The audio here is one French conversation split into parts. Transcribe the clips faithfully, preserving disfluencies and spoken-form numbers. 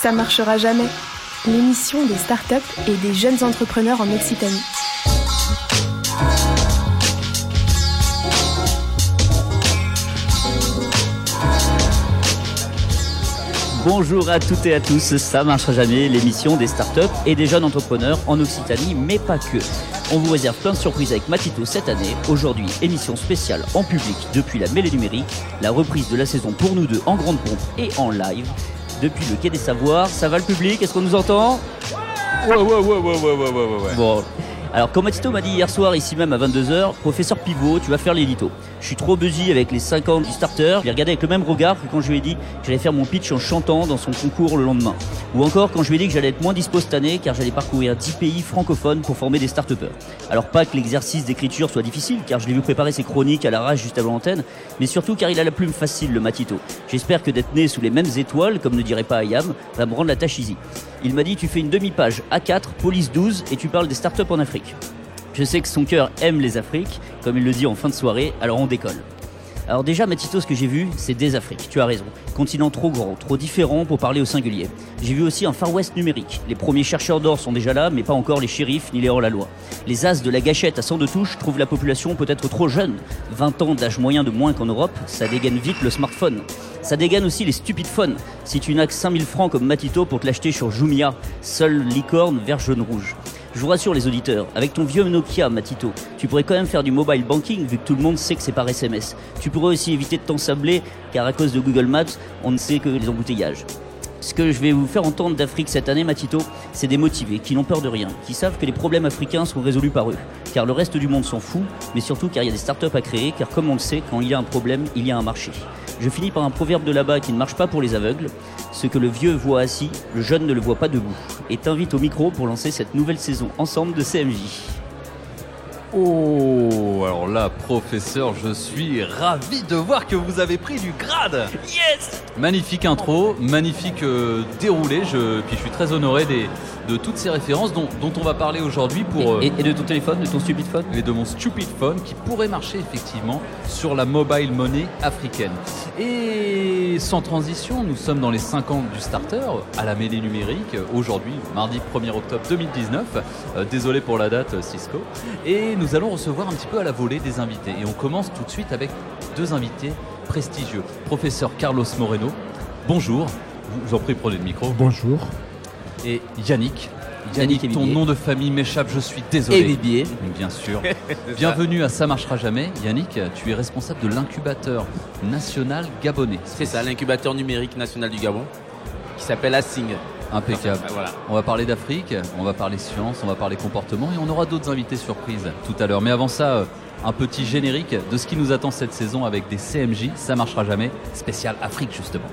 Ça marchera jamais. L'émission des startups et des jeunes entrepreneurs en Occitanie. Bonjour à toutes et à tous, ça marchera jamais, l'émission des startups et des jeunes entrepreneurs en Occitanie, mais pas que. On vous réserve plein de surprises avec Matito cette année. Aujourd'hui, émission spéciale en public depuis la mêlée numérique, la reprise de la saison pour nous deux en grande pompe et en live. Depuis le Quai des Savoirs, ça va le public? Est-ce qu'on nous entend? Ouais, ouais, ouais, ouais, ouais, ouais, ouais, ouais. Bon. Alors, comme Matito m'a dit hier soir, ici même à vingt-deux heures, professeur Pivot, tu vas faire l'édito. Je suis trop busy avec les cinq ans du starter. Je l'ai regardé avec le même regard que quand je lui ai dit que j'allais faire mon pitch en chantant dans son concours le lendemain. Ou encore quand je lui ai dit que j'allais être moins dispo cette année car j'allais parcourir dix pays francophones pour former des start-upers. Alors pas que l'exercice d'écriture soit difficile car je l'ai vu préparer ses chroniques à l'arrache juste avant l'antenne, mais surtout car il a la plume facile, le Matito. J'espère que d'être né sous les mêmes étoiles, comme ne dirait pas Ayam, va me rendre la tâche easy. Il m'a dit tu fais une demi-page A quatre, police douze et tu parles des start-up en Afrique. Je sais que son cœur aime les Afriques, comme il le dit en fin de soirée, alors on décolle. Alors déjà, Matito, ce que j'ai vu, c'est des Afriques, tu as raison. Continent trop grand, trop différent pour parler au singulier. J'ai vu aussi un Far West numérique. Les premiers chercheurs d'or sont déjà là, mais pas encore les shérifs ni les hors-la-loi. Les as de la gâchette à cent de touche trouvent la population peut-être trop jeune. vingt ans d'âge moyen de moins qu'en Europe, ça dégaine vite le smartphone. Ça dégaine aussi les stupides phones. Si tu n'as que cinq mille francs comme Matito pour te l'acheter sur Jumia, seule licorne vert jaune rouge. Je vous rassure les auditeurs, avec ton vieux Nokia, Matito, tu pourrais quand même faire du mobile banking vu que tout le monde sait que c'est par S M S. Tu pourrais aussi éviter de t'ensabler car à cause de Google Maps, on ne sait que les embouteillages. Ce que je vais vous faire entendre d'Afrique cette année, Matito, c'est des motivés, qui n'ont peur de rien, qui savent que les problèmes africains sont résolus par eux. Car le reste du monde s'en fout, mais surtout car il y a des startups à créer, car comme on le sait, quand il y a un problème, il y a un marché. Je finis par un proverbe de là-bas qui ne marche pas pour les aveugles. Ce que le vieux voit assis, le jeune ne le voit pas debout. Et t'invite au micro pour lancer cette nouvelle saison ensemble de C M J. Oh, alors là, professeur, je suis ravi de voir que vous avez pris du grade. Yes! Magnifique intro, magnifique euh, déroulé. Je, puis je suis très honoré des, de toutes ces références dont, dont on va parler aujourd'hui pour... Euh, et, et de ton téléphone, de ton stupid phone? Et de mon stupid phone qui pourrait marcher effectivement sur la mobile money africaine. Et sans transition, nous sommes dans les cinq ans du starter à la mêlée numérique. Aujourd'hui, mardi premier octobre deux mille dix-neuf. Euh, désolé pour la date, Cisco. Et nous allons recevoir un petit peu à la volée des invités. Et on commence tout de suite avec deux invités prestigieux. Professeur Carlos Moreno, bonjour. Je vous en prie, prenez le micro. Bonjour. Et Yannick. Yannick, Yannick ton nom de famille m'échappe, je suis désolé. Et Bibier. Bien sûr. Bienvenue à Ça marchera jamais. Yannick, tu es responsable de l'incubateur national gabonais. C'est ça, l'incubateur numérique national du Gabon, qui s'appelle Assing. Impeccable. Enfin, voilà. On va parler d'Afrique, on va parler science, on va parler comportement et on aura d'autres invités surprises tout à l'heure. Mais avant ça, un petit générique de ce qui nous attend cette saison avec des C M J, ça marchera jamais, spécial Afrique justement.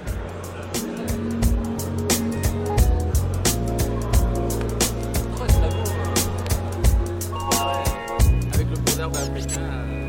Avec le proverbe africain.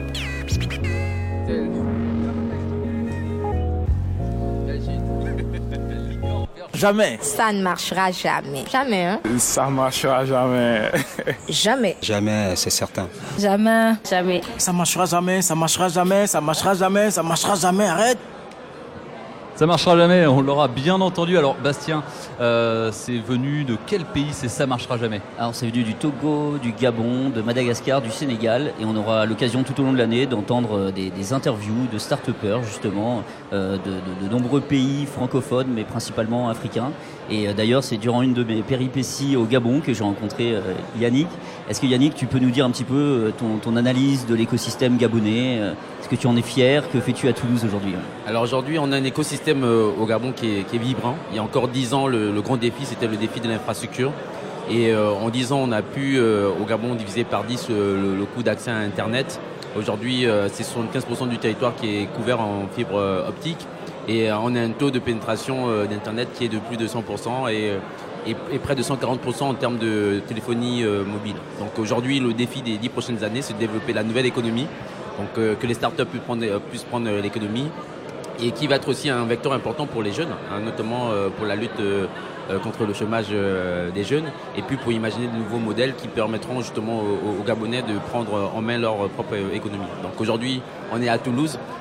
Jamais. Ça ne marchera jamais. Jamais, hein? Ça marchera jamais. Jamais. Jamais, c'est certain. Jamais. Jamais. Ça marchera jamais, ça marchera jamais, ça marchera jamais, ça marchera jamais, arrête. Ça marchera jamais, on l'aura bien entendu. Alors Bastien, euh, c'est venu de quel pays c'est Ça marchera jamais? Alors c'est venu du Togo, du Gabon, de Madagascar, du Sénégal et on aura l'occasion tout au long de l'année d'entendre des, des interviews de start-upers justement euh, de, de, de nombreux pays francophones mais principalement africains. Et euh, d'ailleurs c'est durant une de mes péripéties au Gabon que j'ai rencontré euh, Yannick. Est-ce que Yannick tu peux nous dire un petit peu euh, ton, ton analyse de l'écosystème gabonais? euh, Est-ce que tu en es fier? Que fais-tu à Toulouse aujourd'hui? Alors aujourd'hui, on a un écosystème euh, au Gabon qui est, qui est vibrant. Il y a encore dix ans, le, le grand défi, c'était le défi de l'infrastructure. Et euh, en dix ans, on a pu, euh, au Gabon, diviser par dix euh, le, le coût d'accès à Internet. Aujourd'hui, euh, c'est soixante-quinze pour cent du territoire qui est couvert en fibre euh, optique. Et euh, on a un taux de pénétration euh, d'Internet qui est de plus de cent pour cent et, et, et près de cent quarante pour cent en termes de téléphonie euh, mobile. Donc aujourd'hui, le défi des dix prochaines années, c'est de développer la nouvelle économie. Donc euh, que les startups puissent prendre, euh, puissent prendre euh, l'économie et qui va être aussi un vecteur important pour les jeunes, hein, notamment euh, pour la lutte euh, contre le chômage euh, des jeunes et puis pour imaginer de nouveaux modèles qui permettront justement aux, aux Gabonais de prendre en main leur propre économie. Donc aujourd'hui, on est à Toulouse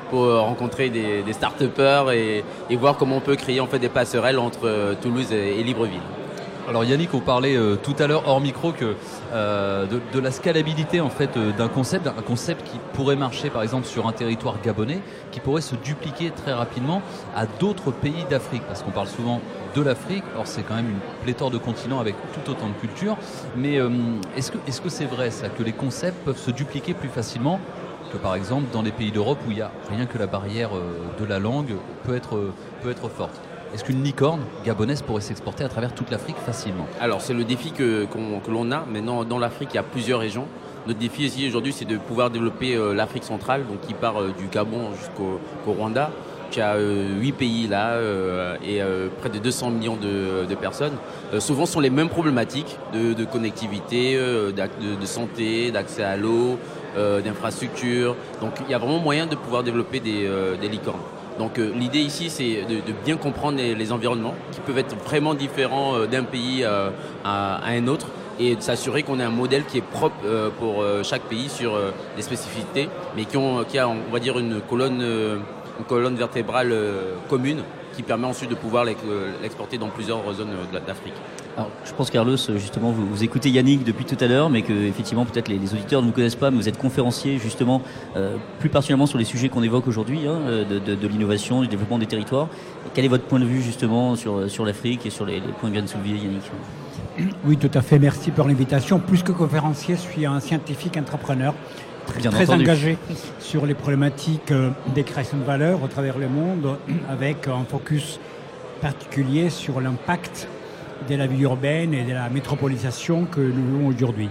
pour rencontrer des, des start-upers et, et voir comment on peut créer en fait des passerelles entre euh, Toulouse et, et Libreville. Alors Yannick, on parlait euh, tout à l'heure hors micro que euh, de, de la scalabilité en fait euh, d'un concept, un concept qui pourrait marcher par exemple sur un territoire gabonais, qui pourrait se dupliquer très rapidement à d'autres pays d'Afrique, parce qu'on parle souvent de l'Afrique. Or c'est quand même une pléthore de continents avec tout autant de cultures. Mais euh, est-ce que est-ce que c'est vrai ça, que les concepts peuvent se dupliquer plus facilement que par exemple dans les pays d'Europe où il y a rien que la barrière euh, de la langue peut être euh, peut être forte? Est-ce qu'une licorne gabonaise pourrait s'exporter à travers toute l'Afrique facilement? Alors c'est le défi que, qu'on, que l'on a. Maintenant dans l'Afrique il y a plusieurs régions. Notre défi ici aujourd'hui c'est de pouvoir développer euh, l'Afrique centrale, donc qui part euh, du Gabon jusqu'au au Rwanda. Il y a euh, huit pays là euh, et euh, près de deux cents millions de, de personnes. Euh, souvent ce sont les mêmes problématiques de, de connectivité, euh, de, de santé, d'accès à l'eau, euh, d'infrastructures. Donc il y a vraiment moyen de pouvoir développer des, euh, des licornes. Donc euh, l'idée ici c'est de, de bien comprendre les, les environnements qui peuvent être vraiment différents euh, d'un pays euh, à, à un autre et de s'assurer qu'on ait un modèle qui est propre euh, pour euh, chaque pays sur euh, des spécificités, mais qui, ont, qui a on va dire une colonne, euh, une colonne vertébrale euh, commune qui permet ensuite de pouvoir l'exporter dans plusieurs zones d'Afrique. Alors, je pense, Carlos, justement, vous, vous écoutez Yannick depuis tout à l'heure, mais que effectivement, peut-être les, les auditeurs ne vous connaissent pas, mais vous êtes conférencier, justement, euh, plus particulièrement sur les sujets qu'on évoque aujourd'hui, hein, de, de, de l'innovation, du développement des territoires. Et quel est votre point de vue, justement, sur, sur l'Afrique et sur les, les points que vient de soulever Yannick? Oui, tout à fait. Merci pour l'invitation. Plus que conférencier, je suis un scientifique entrepreneur Bien très entendu. engagé sur les problématiques des créations de valeur au travers le monde, avec un focus particulier sur l'impact de la vie urbaine et de la métropolisation que nous avons aujourd'hui.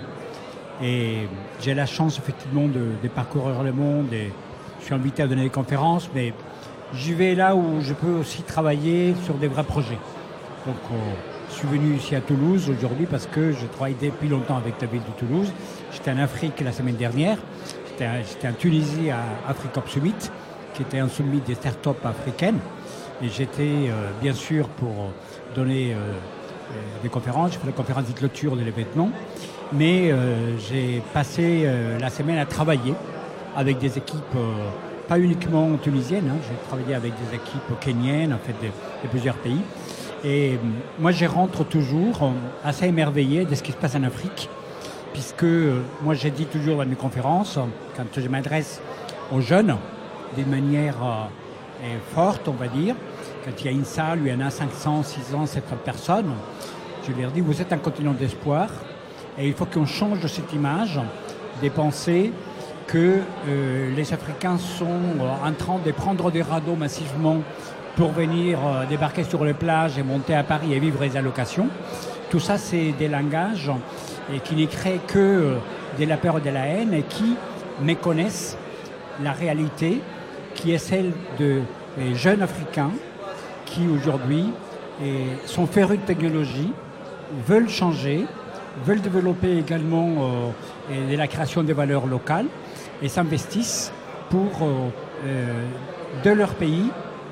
Et j'ai la chance effectivement de, de parcourir le monde et je suis invité à donner des conférences, mais j'y vais là où je peux aussi travailler sur des vrais projets. Donc euh, je suis venu ici à Toulouse aujourd'hui parce que je travaille depuis longtemps avec la ville de Toulouse. J'étais en Afrique la semaine dernière, j'étais, j'étais en Tunisie à Africop Summit, qui était un summit des startups africaines. Et j'étais euh, bien sûr pour donner euh, des conférences, j'ai fait la conférence de clôture de l'événement, mais euh, j'ai passé euh, la semaine à travailler avec des équipes, euh, pas uniquement tunisiennes, hein, j'ai travaillé avec des équipes kenyennes, en fait, de, de plusieurs pays. Et euh, moi, je rentre toujours euh, assez émerveillé de ce qui se passe en Afrique, puisque euh, moi, j'ai dit toujours dans mes conférences, quand je m'adresse aux jeunes, d'une manière euh, forte, on va dire, quand il y a une salle où il y en a cinq cents, six cents, sept cents personnes, je leur dis, vous êtes un continent d'espoir et il faut qu'on change de cette image, des pensées que euh, les Africains sont euh, en train de prendre des radeaux massivement pour venir euh, débarquer sur les plages et monter à Paris et vivre les allocations. Tout ça, c'est des langages et qui ne créent que euh, de la peur et de la haine et qui méconnaissent la réalité qui est celle de les jeunes Africains qui aujourd'hui eh, sont férus de technologie, veulent changer, veulent développer également euh, et la création de valeurs locales et s'investissent pour, euh, euh, de leur pays,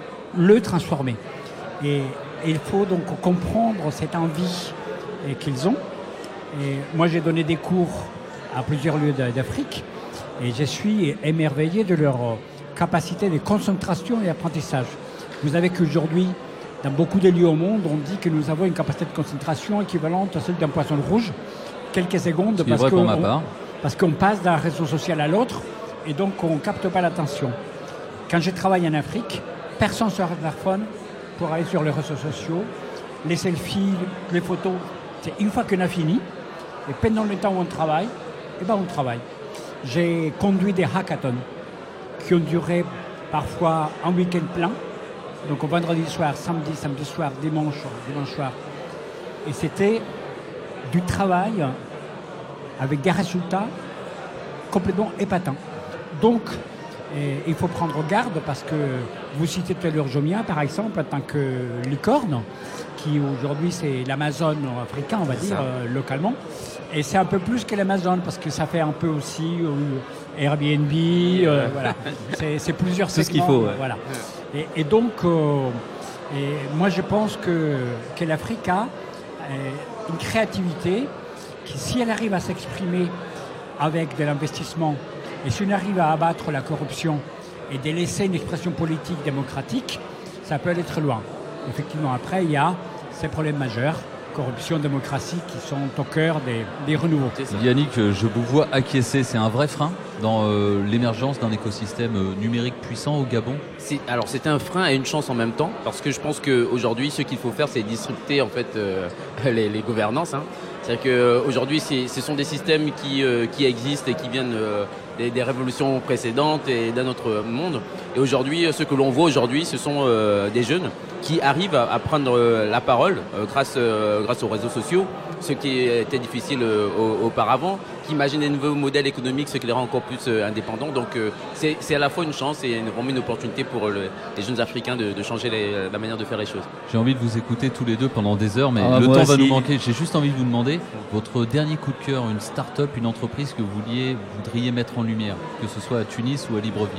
le transformer. Et, et il faut donc comprendre cette envie eh, qu'ils ont. Et moi, j'ai donné des cours à plusieurs lieux d'Afrique et je suis émerveillé de leur capacité de concentration et d'apprentissage. Vous savez qu'aujourd'hui, dans beaucoup de lieux au monde, on dit que nous avons une capacité de concentration équivalente à celle d'un poisson rouge, quelques secondes, parce, vrai que pour ma on, part. parce qu'on passe d'un réseau social à l'autre et donc on ne capte pas l'attention. Quand je travaille en Afrique, personne sur un smartphone pour aller sur les réseaux sociaux, les selfies, les photos. C'est une fois qu'on a fini, et pendant le temps où on travaille, eh ben on travaille. J'ai conduit des hackathons qui ont duré parfois un week-end plein, donc au vendredi soir, samedi, samedi soir, dimanche, dimanche soir. Et c'était du travail avec des résultats complètement épatants. Donc, eh, il faut prendre garde parce que vous citez tout à l'heure Jomia, par exemple, en tant que licorne, qui aujourd'hui c'est l'Amazon africain, on va dire, euh, localement. Et c'est un peu plus que l'Amazon parce que ça fait un peu aussi euh, Airbnb, euh, voilà. C'est, c'est plusieurs segments. C'est ce qu'il faut. Ouais. Voilà. Et, et donc, euh, et moi je pense que, que l'Afrique a euh, une créativité qui, si elle arrive à s'exprimer avec de l'investissement et si on arrive à abattre la corruption et de laisser une expression politique démocratique, ça peut aller très loin. Effectivement, après, il y a ces problèmes majeurs, corruption, démocratie, qui sont au cœur des, des renouveaux. Yannick, je vous vois acquiescer. C'est un vrai frein dans euh, l'émergence d'un écosystème euh, numérique puissant au Gabon? C'est, alors c'est un frein et une chance en même temps, parce que je pense qu'aujourd'hui, ce qu'il faut faire, c'est disrupter en fait euh, les, les gouvernances. Hein. C'est-à-dire qu'aujourd'hui, c'est, ce sont des systèmes qui, euh, qui existent et qui viennent euh, des, des révolutions précédentes et d'un autre monde. Et aujourd'hui, ce que l'on voit aujourd'hui, ce sont euh, des jeunes qui arrivent à, à prendre euh, la parole euh, grâce, euh, grâce aux réseaux sociaux, ce qui était difficile euh, auparavant, qui imaginent des nouveaux modèles économiques, ce qui les rend encore plus euh, indépendants. Donc euh, c'est, c'est à la fois une chance et une, vraiment une opportunité pour euh, le, les jeunes Africains de, de changer les, la manière de faire les choses. J'ai envie de vous écouter tous les deux pendant des heures, mais ah, le temps aussi. va nous manquer. J'ai juste envie de vous demander votre dernier coup de cœur, une start-up, une entreprise que vous vouliez, voudriez mettre en lumière, que ce soit à Tunis ou à Libreville.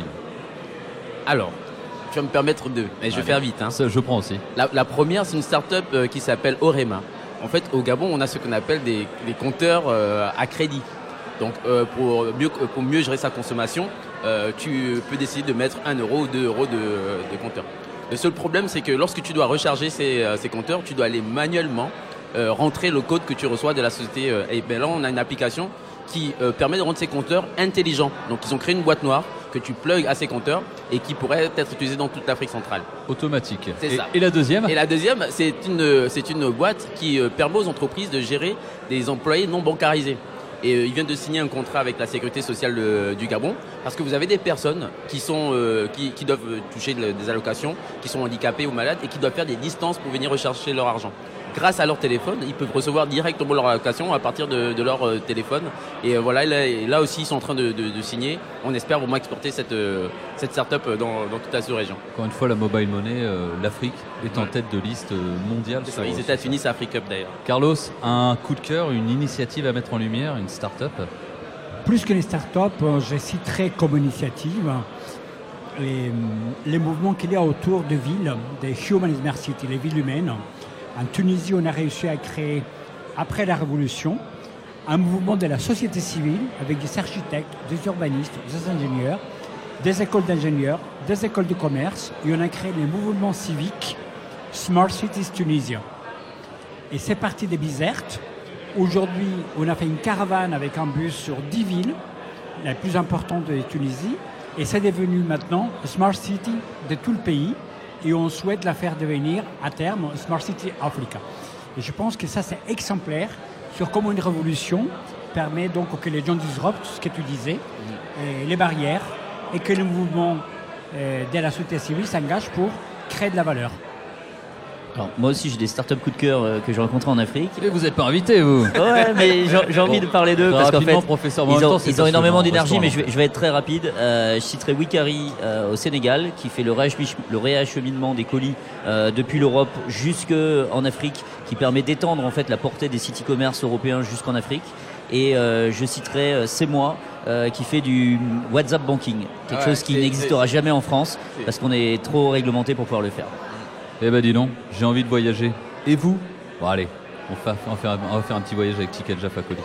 Alors, je vais me permettre deux, mais je vais Allez. faire vite. Hein. Ça, je prends aussi. La, la première, c'est une start-up euh, qui s'appelle Orema. En fait, au Gabon, on a ce qu'on appelle des, des compteurs euh, à crédit. Donc, euh, pour, mieux, pour mieux gérer sa consommation, euh, tu peux décider de mettre un euro ou deux euros de, de compteur. Le seul problème, c'est que lorsque tu dois recharger ces, ces compteurs, tu dois aller manuellement euh, rentrer le code que tu reçois de la société. Euh, et bien là, on a une application qui euh, permet de rendre ces compteurs intelligents. Donc, ils ont créé une boîte noire que tu plugues à ces compteurs et qui pourrait être utilisée dans toute l'Afrique centrale. Automatique. C'est et, ça. Et la deuxième? Et la deuxième, c'est une, c'est une boîte qui euh, permet aux entreprises de gérer des employés non bancarisés. Et euh, ils viennent de signer un contrat avec la sécurité sociale euh, du Gabon, parce que vous avez des personnes qui, sont, euh, qui, qui doivent toucher de, des allocations, qui sont handicapées ou malades et qui doivent faire des distances pour venir rechercher leur argent. Grâce à leur téléphone, ils peuvent recevoir directement leur allocation à partir de, de leur euh, téléphone. Et euh, voilà, là, là aussi, ils sont en train de, de, de signer. On espère vraiment exporter cette, euh, cette start-up dans, dans toute la sous-région. Encore une fois, la mobile money, euh, l'Afrique est en Ouais. tête de liste mondiale. C'est ça, ils étaient à Tunis à Afrique Cup d'ailleurs. Carlos, un coup de cœur, une initiative à mettre en lumière, une start-up? Plus que les start-up, euh, je citerai comme initiative les, les mouvements qu'il y a autour de villes, des Human Smart Cities, les villes humaines. En Tunisie, on a réussi à créer, après la Révolution, un mouvement de la société civile avec des architectes, des urbanistes, des ingénieurs, des écoles d'ingénieurs, des écoles de commerce, et on a créé les mouvements civiques Smart Cities Tunisia. Et c'est parti des Bizerte. Aujourd'hui, on a fait une caravane avec un bus sur dix villes, la plus importante de Tunisie, et c'est devenu maintenant Smart City de tout le pays. Et on souhaite la faire devenir, à terme, Smart City Africa. Et je pense que ça, c'est exemplaire sur comment une révolution permet donc que les gens disruptent ce que tu disais, et les barrières, et que le mouvement euh, de la société civile s'engage pour créer de la valeur. Alors, moi aussi, j'ai des startups coup de cœur euh, que j'ai rencontrés en Afrique. Et vous n'êtes pas invité, vous? Ouais, mais j'ai, j'ai envie Bon, de parler d'eux parce qu'en fait, professeur, ils ont, temps, ils ont énormément d'énergie, mais je vais, je vais être très rapide. Euh, je citerai Wikari euh, au Sénégal, qui fait le, réachemi- le réacheminement des colis euh, depuis l'Europe jusqu'en Afrique, qui permet d'étendre en fait la portée des city commerce européens jusqu'en Afrique. Et euh, je citerai euh, C'est moi, euh, qui fait du WhatsApp banking, quelque Ouais, chose qui c'est- n'existera c'est- jamais en France, c'est- parce qu'on est trop réglementé pour pouvoir le faire. Eh ben dis donc, j'ai envie de voyager. Et vous? Bon allez, on va, on va faire, on va faire un petit voyage avec Tiket Jaffa Coli.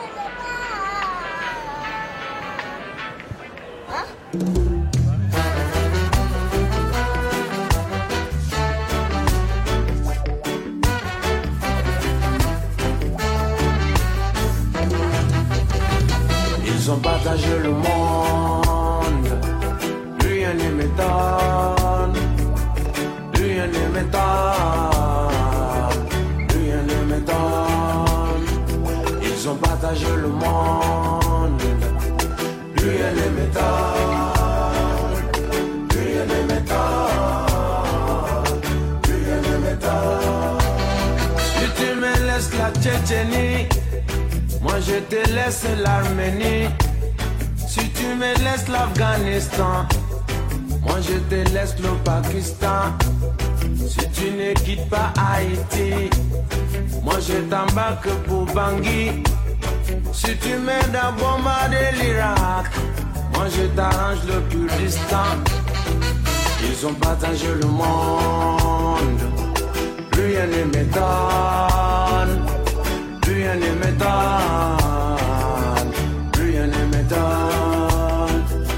Ils ont partagé le monde, rien ne m'étonne, rien ne m'étonne, rien ne m'étonne. Ils ont partagé le monde, rien ne m'étonne, rien ne m'étonne, rien ne m'étonne. Si tu me laisses la Tchétchénie, moi je te laisse l'Arménie. Si tu me laisses l'Afghanistan, moi je te laisse le Pakistan. Si tu ne quittes pas Haïti, moi je t'embarque pour Bangui. Si tu m'aides à bombarder l'Irak, moi je t'arrange le Kurdistan. Ils ont partagé le monde, rien ne m'étonne. Rien ne m'étonne, rien ne m'étonne.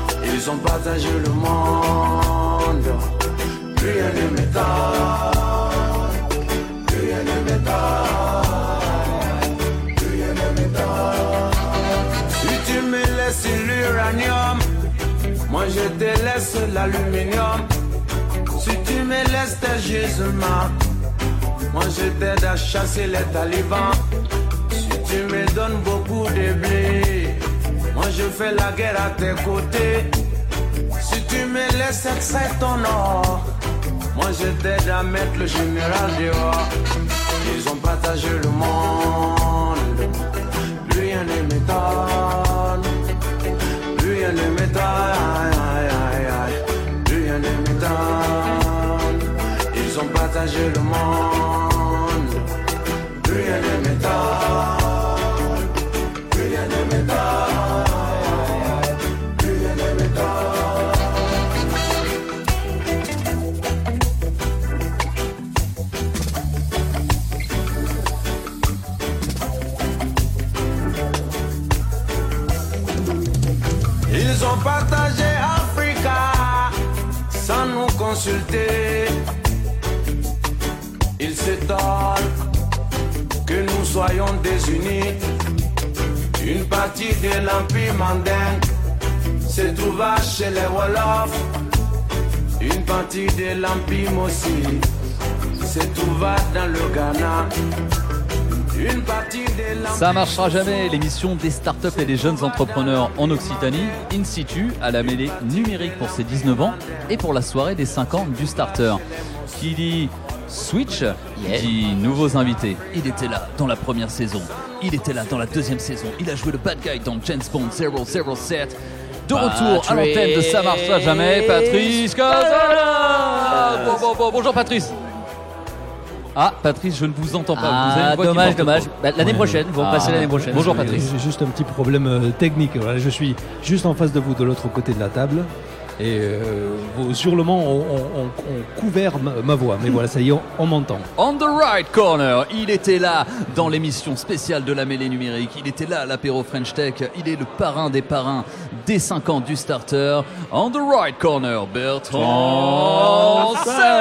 Ils ont partagé le monde. Plus rien ne m'étonne. Plus rien ne m'étonne. Plus rien ne m'étonne. Si tu me laisses l'uranium, moi je te laisse l'aluminium. Si tu me laisses tes gisements, moi je t'aide à chasser les talibans. Si tu me donnes beaucoup de blé, moi je fais la guerre à tes côtés. Si tu me laisses extraire ton or, moi je t'aide à mettre le général dehors. Ils ont partagé le monde. Plus rien ne m'étonne. Plus rien ne m'étonne. Plus rien ne m'étonne. Ils ont partagé le monde. Plus rien ne m'étonne. Plus rien ne m'étonne. Plus rien ne m'étonne. Ils ont partagé Africa sans nous consulter. Ils s'étonnent que nous soyons désunis. Une partie de l'Empire mandingue se trouva chez les Wolofs. Une partie de l'Empire Mossi se trouva dans le Ghana. Une partie de l'Empire... Ça marchera jamais, l'émission des startups et des jeunes entrepreneurs en Occitanie, in situ, à la mêlée numérique pour ses dix-neuf ans et pour la soirée des cinq ans du starter. Qui dit Switch, Yeah. dit nouveaux invités. Il était là dans la première saison, il était là dans la deuxième saison, il a joué le bad guy dans James Bond zéro zéro sept. De retour à l'antenne de Ça marchera jamais, Patrice Casala. Bon, bon, bon, bonjour Patrice. Ah, Patrice, je ne vous entends pas. Ah, vous avez une voix qui dommage, porte dommage. trop. Bah, l'année Ouais. prochaine, vous repassez Ah, l'année prochaine. bonjour Patrice. J'ai juste un petit problème euh, technique. Voilà, je suis juste en face de vous, de l'autre côté de la table. Et euh, vos hurlements ont, ont- ont- ont couvert ma, ma voix. Mais voilà, ça y est, on, on m'entend. On the right corner, il était là dans l'émission spéciale de la mêlée numérique, il était là à l'apéro French Tech, il est le parrain des parrains des cinq ans du starter. On the right corner, Bertrand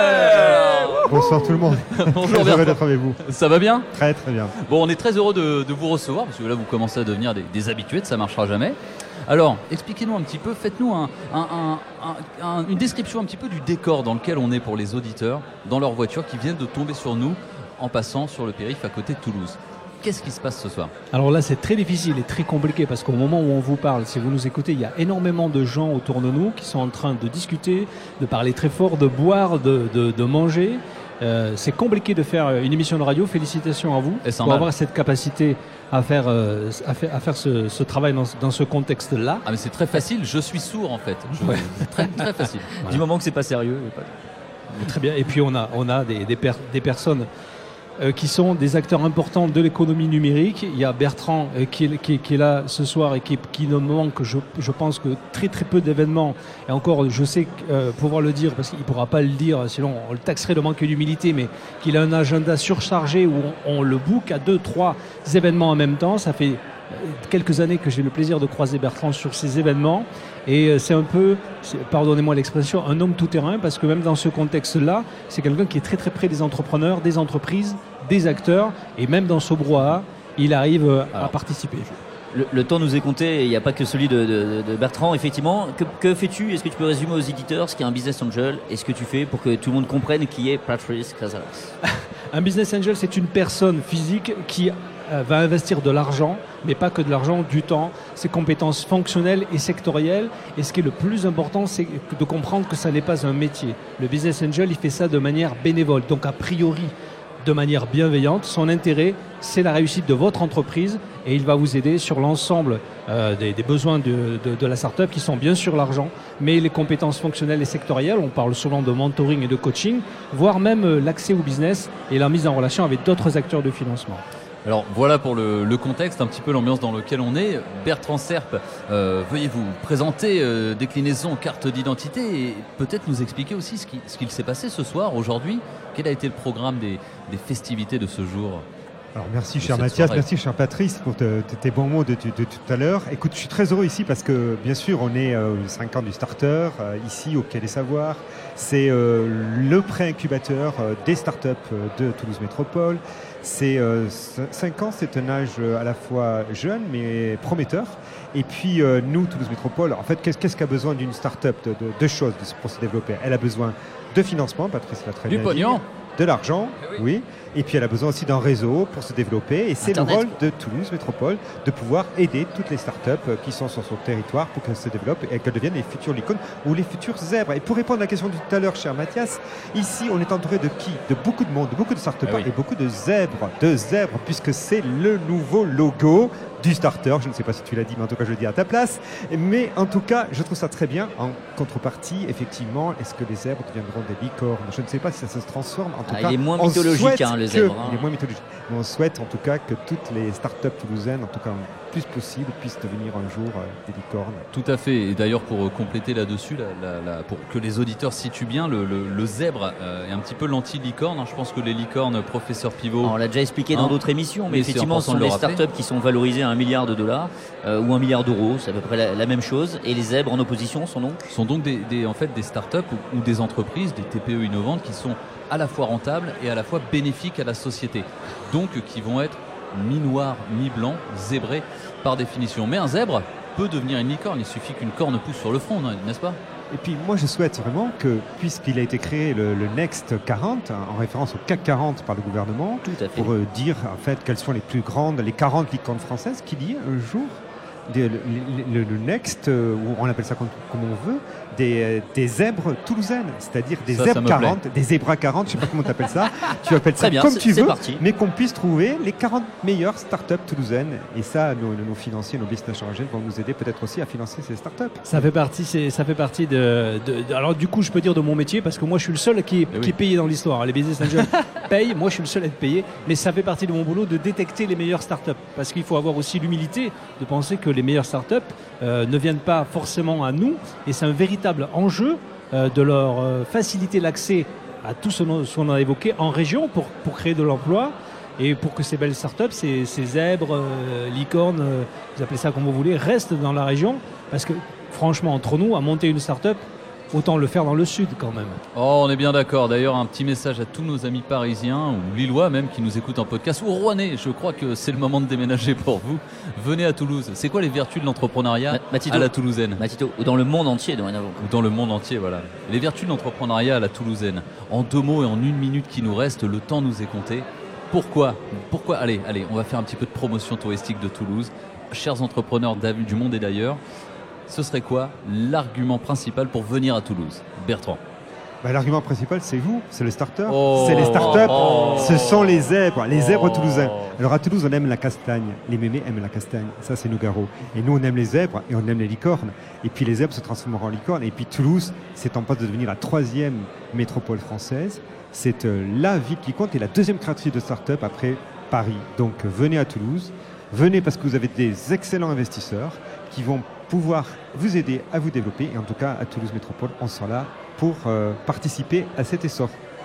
Serre. Bonsoir tout le monde. Bonjour Très heureux Bertrand. d'être avec vous. Ça va bien? Très très bien. Bon, on est très heureux de, de vous recevoir parce que là vous commencez à devenir des, des habitués de Ça marchera jamais. Alors, expliquez-nous un petit peu, faites-nous un, un- un- un- un- une description un petit peu du décor dans lequel on est pour les auditeurs, dans leur voiture qui viennent de tomber sur nous en passant sur le périph' à côté de Toulouse. Qu'est-ce qui se passe ce soir? Alors là, c'est très difficile et très compliqué parce qu'au moment où on vous parle, si vous nous écoutez, il y a énormément de gens autour de nous qui sont en train de discuter, de parler très fort, de boire, de, de, de manger. Euh, c'est compliqué de faire une émission de radio. Félicitations à vous Et sans pour mal. avoir cette capacité à faire, euh, à faire, à faire ce, ce travail dans, ce- dans ce contexte-là. Ah mais c'est très facile, je suis sourd en fait. Je- Ouais. Très, très facile. Du moment que c'est pas sérieux. il y a pas de- Très bien. Et puis on a, on a des, des, per- des personnes euh, qui sont des acteurs importants de l'économie numérique. Il y a Bertrand euh, qui, est, qui, est- qui est là ce soir et qui, qui ne manque, je, je pense, que très très peu d'événements. Et encore, je sais euh, pouvoir le dire parce qu'il ne pourra pas le dire, sinon on le taxerait de manque d'humilité, mais qu'il a un agenda surchargé où on, on le book à deux, trois événements en même temps. Ça fait quelques années que j'ai le plaisir de croiser Bertrand sur ces événements et euh, c'est un peu, c'est- pardonnez-moi l'expression, un homme tout-terrain parce que même dans ce contexte-là, c'est quelqu'un qui est très très près des entrepreneurs, des entreprises, des acteurs et même dans ce brouhaha, il arrive euh, à Alors, participer. Le, le temps nous est compté et il n'y a pas que celui de, de- de Bertrand. Effectivement, que, que fais-tu? Est-ce que tu peux résumer aux éditeurs ce qu'est un business angel et ce que tu fais pour que tout le monde comprenne qui est Patrice Casalas? Un business angel, c'est une personne physique qui euh, va investir de l'argent, mais pas que de l'argent, du temps, ses compétences fonctionnelles et sectorielles. Et ce qui est le plus important, c'est de comprendre que ça n'est pas un métier. Le business angel, il fait ça de manière bénévole, donc a priori de manière bienveillante. Son intérêt, c'est la réussite de votre entreprise et il va vous aider sur l'ensemble euh, des, des besoins de, de, de la start-up qui sont bien sûr l'argent, mais les compétences fonctionnelles et sectorielles. On parle souvent de mentoring et de coaching, voire même euh, l'accès au business et la mise en relation avec d'autres acteurs de financement. Alors voilà pour le, le contexte, un petit peu l'ambiance dans laquelle on est. Bertrand Serpe, euh, veuillez vous présenter, euh, déclinaison, carte d'identité et peut-être nous expliquer aussi ce, qui, ce qu'il s'est passé ce soir, aujourd'hui. Quel a été le programme des, des festivités de ce jour? Alors merci cher cette Mathias, soirée. merci cher Patrice pour te- te- tes bons mots de, de- de tout à l'heure. Écoute, je suis très heureux ici parce que bien sûr on est euh, aux cinq ans du starter, euh, ici au Quai des Savoirs. C'est euh, le pré-incubateur euh, des startups euh, de Toulouse Métropole. C'est euh, cinq ans, c'est un âge euh, à la fois jeune mais prometteur. Et puis euh, nous, Toulouse Métropole, en fait, qu'est-ce, qu'est-ce qu'a besoin d'une start-up de, de, Deux choses pour se développer. Elle a besoin de financement, Patrice l'a très Du bien pognon. dit. De l'argent, Eh oui. Et puis elle a besoin aussi d'un réseau pour se développer. Et c'est le Internet. rôle de Toulouse Métropole de pouvoir aider toutes les startups euh, qui sont sur son territoire pour qu'elles se développent et qu'elles deviennent les futures licornes ou les futurs zèbres. Et pour répondre à la question de tout à l'heure, cher Mathias, ici on est entouré de qui? De beaucoup de monde, de beaucoup de startups Ah oui. et beaucoup de zèbres, de zèbres, puisque c'est le nouveau logo du starter. Je ne sais pas si tu l'as dit, mais en tout cas je le dis à ta place. Mais en tout cas, je trouve ça très bien. En contrepartie, effectivement, est-ce que les zèbres deviendront des licornes? Je ne sais pas si ça se transforme. En tout Ah, cas, il est moins on mythologique, souhaite hein, le que- zèbre, hein. Il est moins mythologique. Mais on souhaite en tout cas que toutes les startups toulousaines, en tout cas le plus possible, puissent devenir un jour euh, des licornes. Tout à fait. Et d'ailleurs, pour euh, compléter là-dessus, la- la- la- pour que les auditeurs situent bien, le, le- le zèbre euh, est un petit peu l'anti-licorne. hein. Je pense que les licornes, professeur Pivot, On l'a déjà expliqué dans Hein d'autres émissions, mais Mais c'est effectivement, ce important sont de le des rappeler. startups qui sont valorisées à un milliard de dollars euh, ou un milliard d'euros, c'est à peu près la, la même chose. Et les zèbres en opposition sont donc sont donc des, des- en fait des startups ou, ou des entreprises, des T P E innovantes qui sont à la fois rentables et à la fois bénéfiques à la société. Donc qui vont être mi-noir, mi-blanc, zébrés par définition. Mais un zèbre peut devenir une licorne, il suffit qu'une corne pousse sur le front, non, n'est-ce pas? Et puis moi je souhaite vraiment que, puisqu'il a été créé le, le Next quarante, hein, en référence au C A C quarante par le gouvernement, tout à fait. pour euh, dire en fait quelles sont les plus grandes, les quarante licornes françaises, qu'il y ait un jour des- le, le- le Next, euh, ou on appelle ça comme, comme on veut, des, euh, des zèbres toulousaines, c'est-à-dire des Ça, ça zèbres me plaît. quarante, des zébras quarante, je sais pas comment tu appelles ça, tu appelles ça Très bien, comme c'est- tu c'est veux, parti. mais qu'on puisse trouver les quarante meilleures startups toulousaines. Et ça, nos, nos financiers, nos business angels vont nous aider peut-être aussi à financer ces startups. Ça fait partie, c'est- ça fait partie de, de- de- Alors du coup, je peux dire de mon métier parce que moi, je suis le seul qui est, Eh oui. qui est payé dans l'histoire. Les business angels payent, moi, je suis le seul à être payé. Mais ça fait partie de mon boulot de détecter les meilleures startups parce qu'il faut avoir aussi l'humilité de penser que les meilleures startups euh, ne viennent pas forcément à nous et c'est un véritable enjeu euh, de leur euh, faciliter l'accès à tout ce dont- ce qu'on a évoqué en région pour, pour créer de l'emploi. Et pour que ces belles startups, ces, ces zèbres, euh, licornes, euh, vous appelez ça comme vous voulez, restent dans la région. Parce que franchement, entre nous, à monter une startup, autant le faire dans le sud quand même. Oh, on est bien d'accord. D'ailleurs, un petit message à tous nos amis parisiens ou lillois même qui nous écoutent en podcast ou rouennais. Je crois que c'est le moment de déménager pour vous. Venez à Toulouse. C'est quoi les vertus de l'entrepreneuriat Ma- Matito. à la toulousaine? Matito, ou dans le monde entier dorénavant. Ou dans le monde entier, voilà. Les vertus de l'entrepreneuriat à la toulousaine. En deux mots et en une minute qui nous reste, le temps nous est compté. Pourquoi Pourquoi Allez, allez, on va faire un petit peu de promotion touristique de Toulouse. Chers entrepreneurs d'av- du monde et d'ailleurs, ce serait quoi l'argument principal pour venir à Toulouse? Bertrand. Bah, l'argument principal, c'est vous, c'est le starter, Oh. c'est les startups, Oh. ce sont les zèbres, les zèbres Oh. toulousains. Alors à Toulouse, on aime la castagne, les mémés aiment la castagne, ça c'est Nougaro. Et nous, on aime les zèbres et on aime les licornes. Et puis les zèbres se transformeront en licornes. Et puis Toulouse, c'est en passe de devenir la troisième métropole française. C'est euh, la ville qui compte et la deuxième créatrice de start-up après Paris. Donc euh, venez à Toulouse, venez parce que vous avez des excellents investisseurs qui vont pouvoir vous aider à vous développer. Et en tout cas, à Toulouse Métropole, on sera là pour euh, participer à cet essor.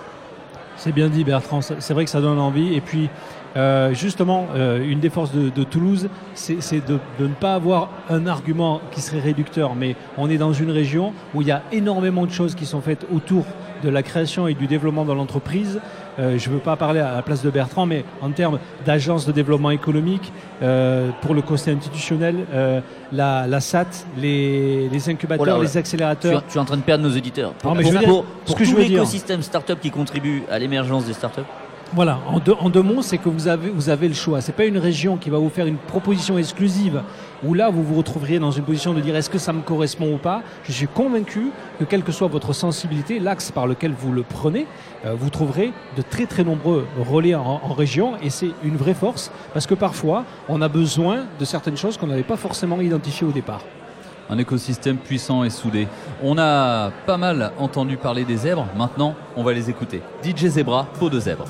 C'est bien dit Bertrand, c'est c'est vrai que ça donne envie. Et puis euh, justement, euh, une des forces de, de Toulouse, c'est c'est de, de ne pas avoir un argument qui serait réducteur, mais on est dans une région où il y a énormément de choses qui sont faites autour de la création et du développement de l'entreprise. Euh, je ne veux pas parler à la place de Bertrand, mais en termes d'agence de développement économique, euh, pour le conseil institutionnel, euh, la, la S A T, les, les incubateurs, Oh là, oh là. les accélérateurs. Tu, tu es en train de perdre nos auditeurs. Pour, Non, mais pour- je veux dire- pour- ce pour que je tout veux dire- l'écosystème startup qui contribue à l'émergence des startups. Voilà, en deux, en deux mots, c'est que vous avez, vous avez le choix. C'est pas une région qui va vous faire une proposition exclusive où là, vous vous retrouveriez dans une position de dire est-ce que ça me correspond ou pas. Je suis convaincu que quelle que soit votre sensibilité, l'axe par lequel vous le prenez, euh, vous trouverez de très très nombreux relais en, en région et c'est une vraie force parce que parfois, on a besoin de certaines choses qu'on n'avait pas forcément identifiées au départ. Un écosystème puissant et soudé. On a pas mal entendu parler des zèbres. Maintenant, on va les écouter. D J Zebra, peau de zèbre.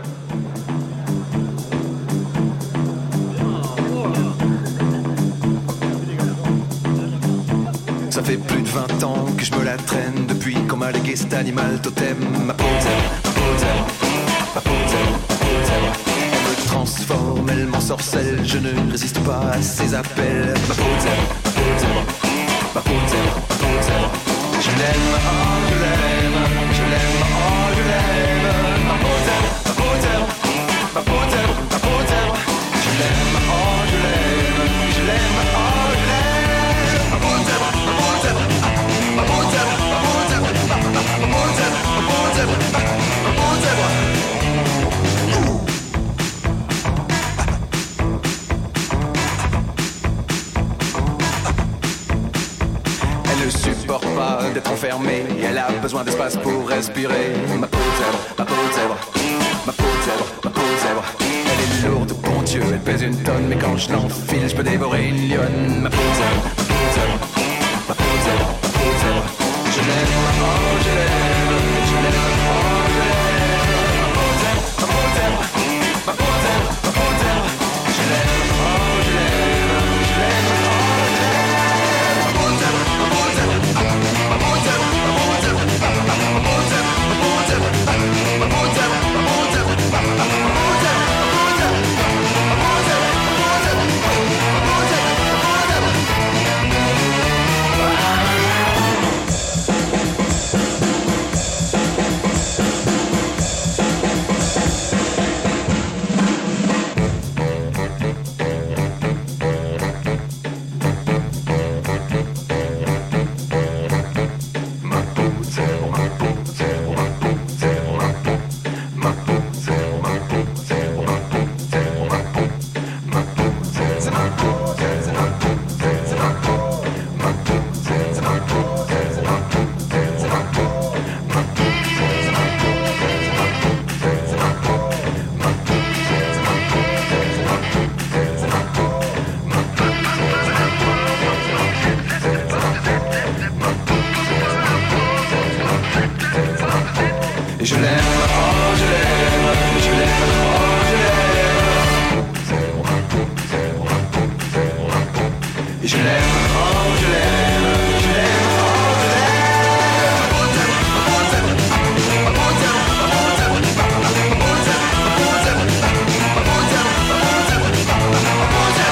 Ça fait plus de vingt ans que je me la traîne depuis qu'on m'a légué cet animal totem. Ma peau de zèbre, ma peau de zèbre, ma peau de zèbre, ma peau de zèbre. Elle me transforme, elle m'ensorcelle, je ne résiste pas à ses appels. Ma peau de zèbre, ma peau de zèbre, ma peau de zèbre, ma peau de zèbre. Je l'aime, oh je l'aime, je l'aime, oh je l'aime. Ma peau de zèbre, ma peau de zèbre, ma peau de zèbre, ma peau de zèbre. Je l'aime, oh je l'aime, je l'aime, oh je l'aime. Ma peau de zèbre, ma peau de zèbre, ma peau de zèbre, ma peau de zèbre, ma peau de zèbre, ma peau de zèbre, ma peau de zèbre, ma peau de zèbre. Elle ne supporte pas d'être enfermée, elle a besoin d'espace pour respirer. Ma peau de zèbre, ma peau de zèbre, ma peau de zèbre, ma peau de zèbre. Elle est lourde, bon Dieu, elle pèse une tonne, mais quand je l'enfile, je peux dévorer une lionne. Ma peau de zèbre, ma peau de zèbre, ma peau de zèbre, ma peau de zèbre. Je l'aime, oh je l'aime, je l'aime, oh je l'aime. Ma peau de zèbre, ma peau de zèbre, ma peau de zèbre, ma peau de zèbre. Je l'aime, oh je l'aime, je l'aime, oh je l'aime. Ma peau de zèbre, ma peau de zèbre, ma peau de zèbre, ma peau de zèbre, ma peau de zèbre, ma peau de zèbre, ma peau de zèbre, ma peau de zèbre, ma peau de zèbre. Je l'aime, oh je l'aime, je l'aime, oh je l'aime. Et je l'aime, oh je l'aime, je l'aime, oh je l'aime. Ma peau de zèbre, ma peau de zèbre, ma peau de zèbre, ma peau de zèbre, ma peau de zèbre, ma peau de zèbre, ma peau de zèbre, ma peau de zèbre, ma peau de zèbre.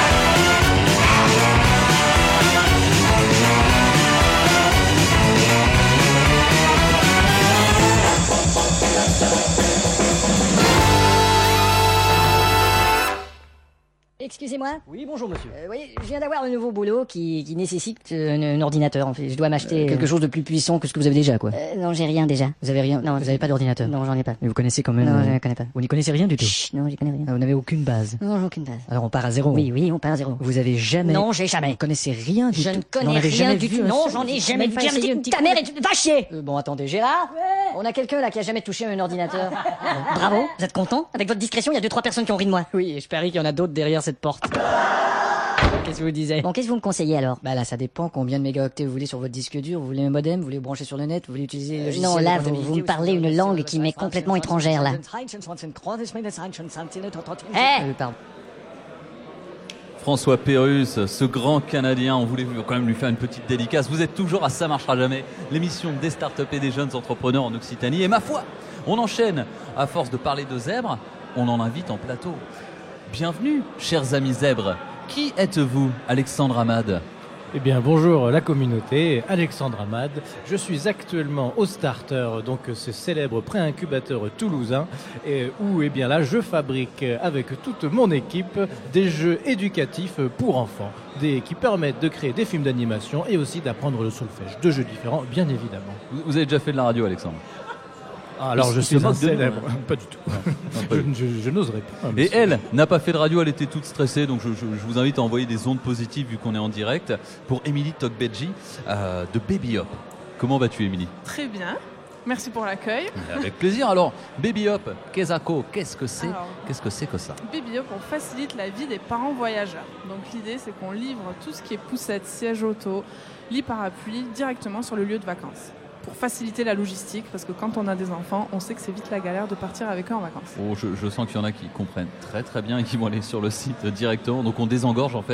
Excusez-moi. Oui, bonjour monsieur. Euh, oui, je viens d'avoir un nouveau boulot qui, qui nécessite euh, un, un ordinateur. En fait, je dois m'acheter euh, quelque chose de plus puissant que ce que vous avez déjà, quoi. Euh, non, j'ai rien déjà. Vous avez rien. Non, vous avez pas d'ordinateur. Non, j'en ai pas. Mais vous connaissez quand même. Non, euh, je ne connais pas. Vous n'y connaissez rien du tout. Chut, non, j'y connais rien. Ah, vous n'avez aucune base. Non, j'ai aucune base. Alors on part à zéro. Oui, oui, on part à zéro. Vous avez jamais. Non, j'ai jamais. Vous connaissez rien du je tout. ne connais N'en avez rien jamais du vu tout. un Non, seul. j'en ai jamais vu. Même pas essayé un petit Ta coup mère de- est. Va chier. Euh, bon, attendez, Gérard. Ouais. On a quelqu'un là qui a jamais touché un ordinateur. Bravo. Vous êtes content? Avec votre discrétion, il y a deux trois personnes qui ont ri de moi. Oui, et je parie qu'il y en a d'autres derrière cette porte. Qu'est-ce que vous disiez? Bon, qu'est-ce que vous me conseillez alors? Bah là, ça dépend combien de mégaoctets vous voulez sur votre disque dur. Vous voulez un modem, vous voulez le brancher sur le net, vous voulez utiliser le logiciel Non, de là, vous, comptabilité vous me ou parlez sur- une sur- langue sur- qui m'est sur- complètement sur- étrangère, là. Eh euh, pardon. François Pérusse, ce grand Canadien, on voulait quand même lui faire une petite dédicace. Vous êtes toujours à Ça marchera jamais, l'émission des startups et des jeunes entrepreneurs en Occitanie. Et ma foi, on enchaîne. À force de parler de zèbres, on en invite en plateau. Bienvenue, chers amis zèbres. Qui êtes-vous, Alexandre Hamad? Eh bien, bonjour la communauté, Alexandre Hamad. Je suis actuellement au Starter, donc ce célèbre pré-incubateur toulousain, et où, eh bien là, je fabrique avec toute mon équipe des jeux éducatifs pour enfants, des, qui permettent de créer des films d'animation et aussi d'apprendre le solfège. Deux jeux différents, bien évidemment. Vous, vous avez déjà fait de la radio, Alexandre? Ah, alors Il je se suis un moque de nous, célèbre. hein. Pas du tout. Non, pas je du tout. je- je n'oserais pas. Et monsieur. elle n'a pas fait de radio, elle était toute stressée, donc je, je- je vous invite à envoyer des ondes positives vu qu'on est en direct pour Émilie Tokbedji euh, de Baby Hop. Comment vas-tu, Émilie? Très bien. Merci pour l'accueil. Avec plaisir. Alors, Baby Hop, Kezako, qu'est-ce que c'est? Alors, Qu'est-ce que c'est que ça? Baby Hop, on facilite la vie des parents voyageurs. Donc l'idée, c'est qu'on livre tout ce qui est poussette, siège auto, lit parapluie directement sur le lieu de vacances. Pour faciliter la logistique, parce que quand on a des enfants, on sait que c'est vite la galère de partir avec eux en vacances. Oh, je, je sens qu'il y en a qui comprennent très très bien et qui vont aller sur le site directement. Donc on désengorge en fait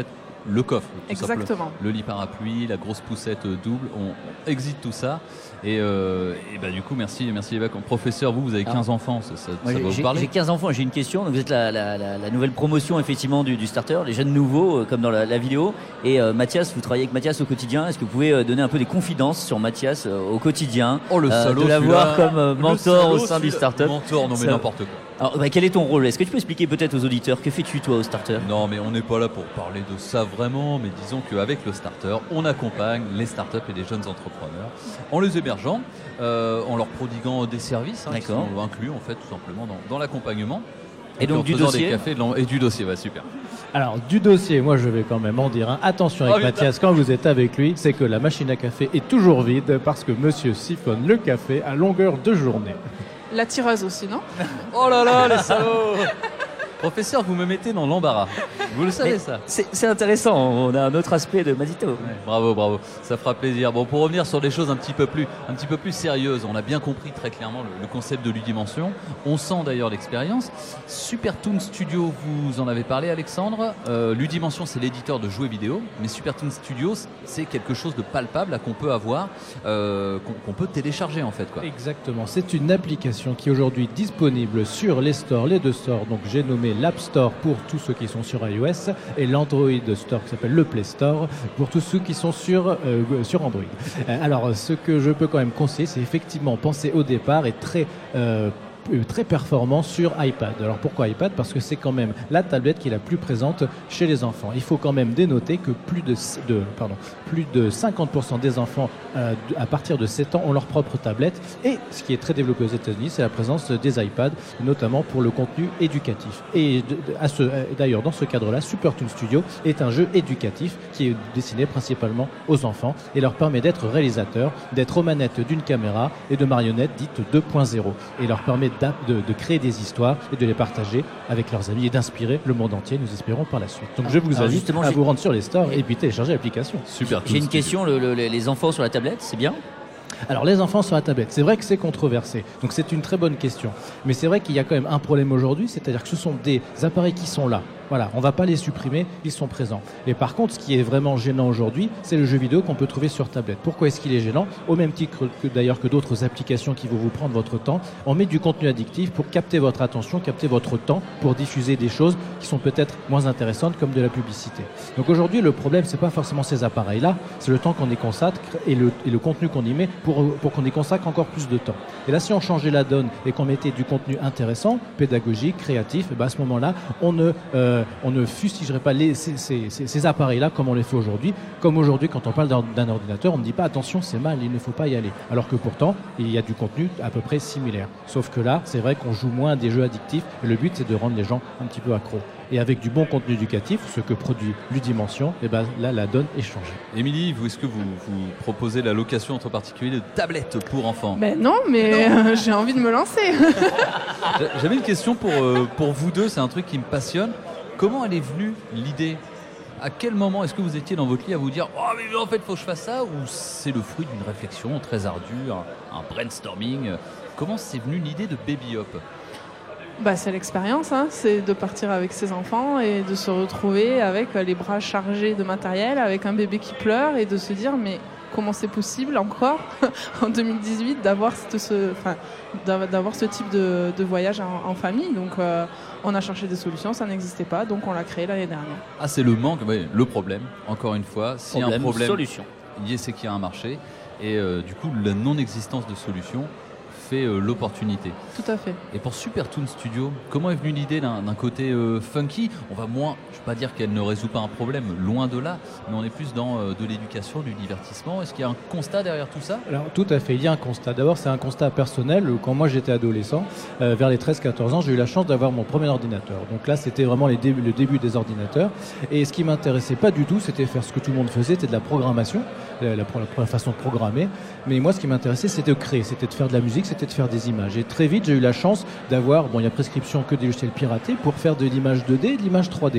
le coffre. Tout Exactement. Simplement. Le lit parapluie, la grosse poussette double, on exit tout ça. Et, euh, et bah, du coup, merci, merci Eva. Professeur, vous, vous avez quinze ah. enfants, ça, ça, Moi, ça va vous parler? J'ai quinze enfants, j'ai une question. Donc, vous êtes la, la, la, la nouvelle promotion effectivement du, du starter, les jeunes nouveaux, euh, comme dans la, la vidéo. Et euh, Mathias, vous travaillez avec Mathias au quotidien. Est-ce que vous pouvez euh, donner un peu des confidences sur Mathias euh, au quotidien? Oh le salaud, euh, de l'avoir comme euh, mentor au sein du startup. Mentor, non mais ça... n'importe quoi. Alors, bah, quel est ton rôle? Est-ce que tu peux expliquer peut-être aux auditeurs que fais-tu toi au starter? Non, mais on n'est pas là pour parler de ça vraiment, mais disons qu'avec le starter, on accompagne les startups et les jeunes entrepreneurs en les hébergeant, euh, en leur prodiguant des services hein, qui sont inclus en fait tout simplement dans, dans l'accompagnement. Et, et donc du dossier des cafés, et du dossier, bah super. Alors du dossier, moi je vais quand même en dire un. Attention avec oh, Mathias, quand vous êtes avec lui, c'est que la machine à café est toujours vide parce que monsieur siphonne le café à longueur de journée. La tireuse aussi, non? Oh là là, les salauds! Professeur, vous me mettez dans l'embarras. Vous le savez, mais ça? C'est intéressant, on a un autre aspect de Mazito. Ouais, bravo, bravo, ça fera plaisir. Bon, pour revenir sur des choses un petit peu plus, un petit peu plus sérieuses, on a bien compris très clairement le, le concept de Ludimension. On sent d'ailleurs l'expérience. Supertoon Studio, vous en avez parlé, Alexandre. Euh, Ludimension, c'est l'éditeur de jouets vidéo, mais Supertoon Studio, c'est quelque chose de palpable qu'on peut avoir, euh, qu'on qu'on peut télécharger en fait, quoi. Exactement, c'est une application qui est aujourd'hui disponible sur les stores, les deux stores. Donc j'ai nommé l'App Store pour tous ceux qui sont sur iOS et l'Android Store qui s'appelle le Play Store pour tous ceux qui sont sur, euh, sur Android. Euh, alors ce que je peux quand même conseiller, c'est effectivement penser au départ et très euh, très performant sur iPad. Alors pourquoi iPad? Parce que c'est quand même la tablette qui est la plus présente chez les enfants. Il faut quand même dénoter que plus de, de, pardon, plus de cinquante pour cent des enfants euh, à partir de sept ans ont leur propre tablette. Et ce qui est très développé aux États-Unis, c'est la présence des iPads, notamment pour le contenu éducatif. Et d'ailleurs, dans ce cadre-là, Supertoon Studio est un jeu éducatif qui est destiné principalement aux enfants et leur permet d'être réalisateurs, d'être aux manettes d'une caméra et de marionnettes dites deux point zéro. Et leur permet De, de créer des histoires et de les partager avec leurs amis et d'inspirer le monde entier, nous espérons par la suite. Donc je vous Alors invite à vous rendre sur les stores et puis télécharger l'application. Super. J'ai une question, le, le, les enfants sur la tablette, c'est bien? Alors les enfants sur la tablette, c'est vrai que c'est controversé, donc c'est une très bonne question. Mais c'est vrai qu'il y a quand même un problème aujourd'hui, c'est-à-dire que ce sont des appareils qui sont là. Voilà, on ne va pas les supprimer, ils sont présents. Et par contre, ce qui est vraiment gênant aujourd'hui, c'est le jeu vidéo qu'on peut trouver sur tablette. Pourquoi est-ce qu'il est gênant? Au même titre que d'ailleurs que d'autres applications qui vont vous prendre votre temps, on met du contenu addictif pour capter votre attention, capter votre temps, pour diffuser des choses qui sont peut-être moins intéressantes comme de la publicité. Donc aujourd'hui, le problème, c'est pas forcément ces appareils-là, c'est le temps qu'on y consacre et le, et le contenu qu'on y met pour, pour qu'on y consacre encore plus de temps. Et là, si on changeait la donne et qu'on mettait du contenu intéressant, pédagogique, créatif, et ben à ce moment-là, on ne... Euh, on ne fustigerait pas les, ces, ces, ces appareils-là comme on les fait aujourd'hui. Comme aujourd'hui, quand on parle d'un ordinateur, on ne dit pas attention, c'est mal, il ne faut pas y aller. Alors que pourtant, il y a du contenu à peu près similaire. Sauf que là, c'est vrai qu'on joue moins à des jeux addictifs et le but, c'est de rendre les gens un petit peu accros. Et avec du bon contenu éducatif, ce que produit Ludimension, et ben là, la donne est changée. Émilie, vous, est-ce que vous, vous proposez la location entre particuliers de tablettes pour enfants? Ben non, mais non. Euh, j'ai envie de me lancer. J'avais une question pour, euh, pour vous deux, c'est un truc qui me passionne. Comment elle est venue l'idée? À quel moment est-ce que vous étiez dans votre lit à vous dire « Oh mais en fait, il faut que je fasse ça » ou c'est le fruit d'une réflexion très ardue, un, un brainstorming? Comment c'est venu l'idée de Baby Hop? Bah, c'est l'expérience, hein. C'est de partir avec ses enfants et de se retrouver avec les bras chargés de matériel, avec un bébé qui pleure et de se dire « mais comment c'est possible encore en deux mille dix-huit d'avoir ce, enfin, d'avoir ce type de, de voyage en, en famille ?» Donc euh, on a cherché des solutions, ça n'existait pas, donc on l'a créé l'année dernière. Ah, c'est le manque, oui, le problème, encore une fois. S'il y a un problème, solution. C'est qu'il y a un marché. Et euh, du coup, la non-existence de solution fait euh, l'opportunité. Tout à fait. Et pour Supertoon Studio, comment est venue l'idée d'un côté euh, funky? On va moins, je ne vais pas dire qu'elle ne résout pas un problème, loin de là, mais on est plus dans euh, de l'éducation, du divertissement. Est-ce qu'il y a un constat derrière tout ça? Alors tout à fait, il y a un constat. D'abord, c'est un constat personnel. Quand moi j'étais adolescent, euh, vers les treize quatorze ans, j'ai eu la chance d'avoir mon premier ordinateur. Donc là, c'était vraiment les débuts, le début des ordinateurs. Et ce qui m'intéressait pas du tout, c'était faire ce que tout le monde faisait, c'était de la programmation, la, la, la première façon de programmer. Mais moi, ce qui m'intéressait, c'était de créer, c'était de faire de la musique, c'était de faire des images. Et très vite, j'ai eu la chance d'avoir, bon, il y a prescription que des logiciels piratés pour faire de l'image deux D et de l'image trois D.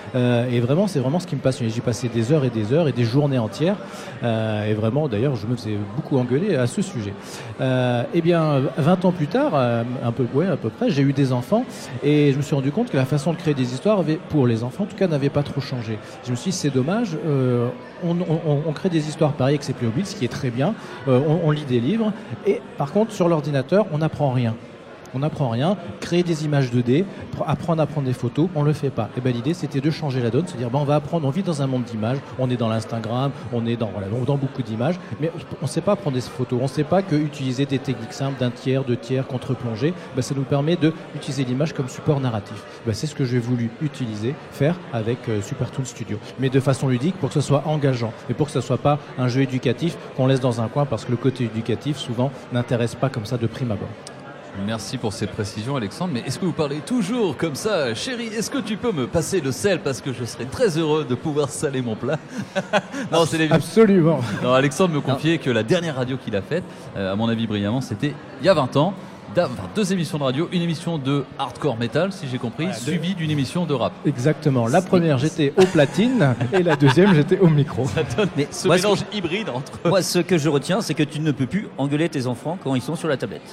Euh, et vraiment, c'est vraiment ce qui me passionne. J'y passais des heures et des heures et des journées entières. Euh, et vraiment, d'ailleurs, je me faisais beaucoup engueuler à ce sujet. Euh, eh bien, vingt ans plus tard, euh, un peu, ouais, à peu près, j'ai eu des enfants et je me suis rendu compte que la façon de créer des histoires avait, pour les enfants, en tout cas, n'avait pas trop changé. Je me suis dit, c'est dommage. Euh, on, on, on crée des histoires pareilles avec ses Playmobil, ce qui est très bien. Euh, on, on lit des livres et, par contre, sur l'ordinateur, on n'apprend rien. On n'apprend rien, créer des images deux D, apprendre à prendre des photos, on le fait pas. Et ben l'idée c'était de changer la donne, se dire ben on va apprendre, on vit dans un monde d'images, on est dans l'Instagram, on est dans voilà, dans beaucoup d'images, mais on ne sait pas prendre des photos, on ne sait pas que utiliser des techniques simples d'un tiers, deux tiers, contre-plongée, ben ça nous permet de utiliser l'image comme support narratif. Ben c'est ce que j'ai voulu utiliser, faire avec euh, Super Toon Studio, mais de façon ludique pour que ce soit engageant et pour que ce soit pas un jeu éducatif qu'on laisse dans un coin parce que le côté éducatif souvent n'intéresse pas comme ça de prime abord. Merci pour ces précisions, Alexandre. Mais est-ce que vous parlez toujours comme ça, chérie? Est-ce que tu peux me passer le sel parce que je serais très heureux de pouvoir saler mon plat? Non, c'est les... Absolument. Non, Alexandre me confiait non. que la dernière radio qu'il a faite, euh, à mon avis brillamment, c'était il y a vingt ans. Enfin, deux émissions de radio, une émission de hardcore metal, si j'ai compris, voilà, suivie d'une émission de rap. Exactement. La première, j'étais au platine et la deuxième, j'étais au micro. Ça donne mais ce mélange que... hybride entre. Moi, ce que je retiens, c'est que tu ne peux plus engueuler tes enfants quand ils sont sur la tablette.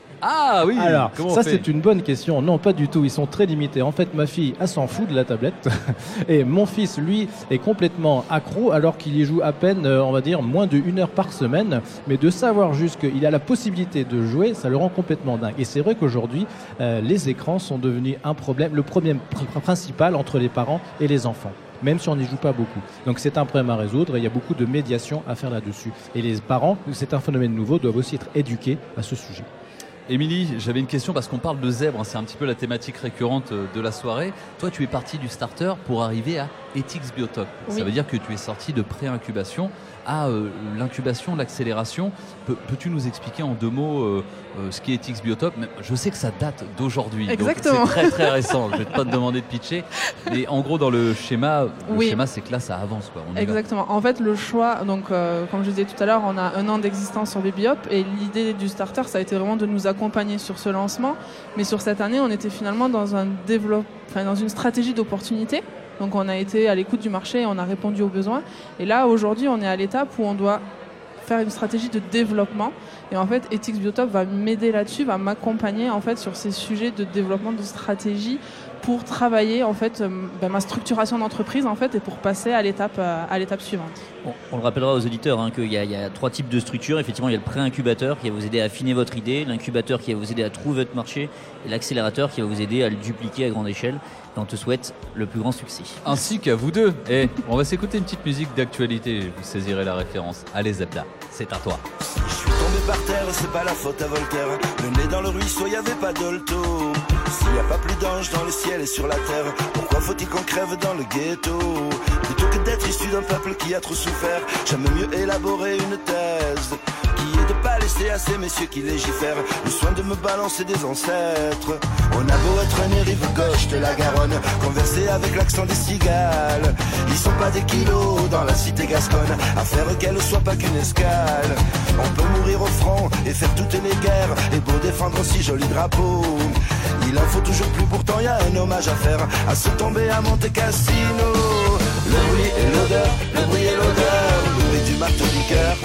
Ah oui. Alors, ça c'est une bonne question. Non, pas du tout. Ils sont très limités. En fait, ma fille, elle s'en fout de la tablette. Et mon fils, lui, est complètement accro alors qu'il y joue à peine, on va dire, moins de une heure par semaine. Mais de savoir juste qu'il a la possibilité de jouer, ça le rend complètement dingue. Et c'est vrai qu'aujourd'hui, euh, les écrans sont devenus un problème, le problème pr- principal entre les parents et les enfants. Même si on n'y joue pas beaucoup. Donc c'est un problème à résoudre et il y a beaucoup de médiation à faire là-dessus. Et les parents, c'est un phénomène nouveau, doivent aussi être éduqués à ce sujet. Émilie, j'avais une question parce qu'on parle de zèbre, hein, c'est un petit peu la thématique récurrente de la soirée. Toi, tu es parti du starter pour arriver à Ethics Biotope. Oui. Ça veut dire que tu es sorti de pré-incubation à euh, l'incubation, l'accélération. Pe- peux-tu nous expliquer en deux mots euh, euh, ce qu'est Ethics Biotope? Je sais que ça date d'aujourd'hui, exactement. Donc c'est très très récent. Je vais pas te demander de pitcher, mais en gros dans le schéma, le oui. schéma c'est que là ça avance quoi. On exactement. En fait, le choix, donc euh, comme je disais tout à l'heure, on a un an d'existence sur Babyhop et l'idée du starter, ça a été vraiment de nous accompagner sur ce lancement. Mais sur cette année, on était finalement dans un développe, enfin dans une stratégie d'opportunité. Donc on a été à l'écoute du marché et on a répondu aux besoins. Et là, aujourd'hui, on est à l'étape où on doit faire une stratégie de développement. Et en fait, Ethics Biotope va m'aider là-dessus, va m'accompagner en fait sur ces sujets de développement de stratégie pour travailler en fait euh, ben, ma structuration d'entreprise en fait et pour passer à l'étape euh, à l'étape suivante. Bon, on le rappellera aux auditeurs hein, qu'il y a, il y a trois types de structures. Effectivement, il y a le pré-incubateur qui va vous aider à affiner votre idée, l'incubateur qui va vous aider à trouver votre marché et l'accélérateur qui va vous aider à le dupliquer à grande échelle. Et on te souhaite le plus grand succès. Ainsi qu'à vous deux. Et on va s'écouter une petite musique d'actualité. Vous saisirez la référence. Allez Zepla, c'est à toi. Je suis tombé par terre et c'est pas la faute à Voltaire. Le nez dans le ruisseau, y avait pas d'olto. S'il y a pas plus d'anges dans le ciel et sur la terre, pourquoi faut-il qu'on crève dans le ghetto? Plutôt que d'être issu d'un peuple qui a trop souffert, j'aime mieux élaborer une thèse qui est de pas laisser à ces messieurs qui légifèrent le soin de me balancer des ancêtres. On a beau être né rive gauche de la Garonne, converser avec l'accent des cigales, ils sont pas des kilos dans la cité gasconne, à faire qu'elle soit pas qu'une escale. On peut mourir au front et faire toutes les guerres, et beau défendre si joli drapeau, il en faut toujours plus, pourtant y a un hommage à faire à se tomber à Monte Cassino. Le bruit et l'odeur, le bruit et l'odeur, le bruit du marteau-piqueur.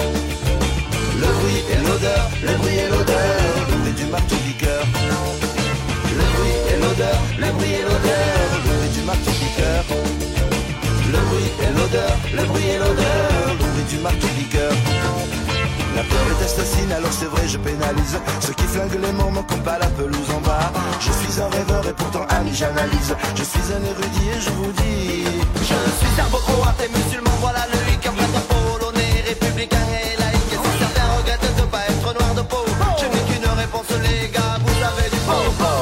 Le bruit et l'odeur, le bruit et l'odeur, le bruit du marteau-piqueur. Le bruit et l'odeur, le bruit et l'odeur, le bruit du marteau-piqueur. Le bruit et l'odeur, le bruit et l'odeur, le bruit du marteau-piqueur. La peur est assassine, alors c'est vrai je pénalise ceux qui flinguent les morts, m'occupent pas la pelouse en bas. Je suis un rêveur et pourtant ami j'analyse. Je suis un érudit et je vous dis, je suis serbo-croate et musulman, voilà le cœur plein polonais, républicain et laïque. Et si certains regrettent de pas être noir de peau, je n'ai qu'une réponse les gars, vous avez du beau.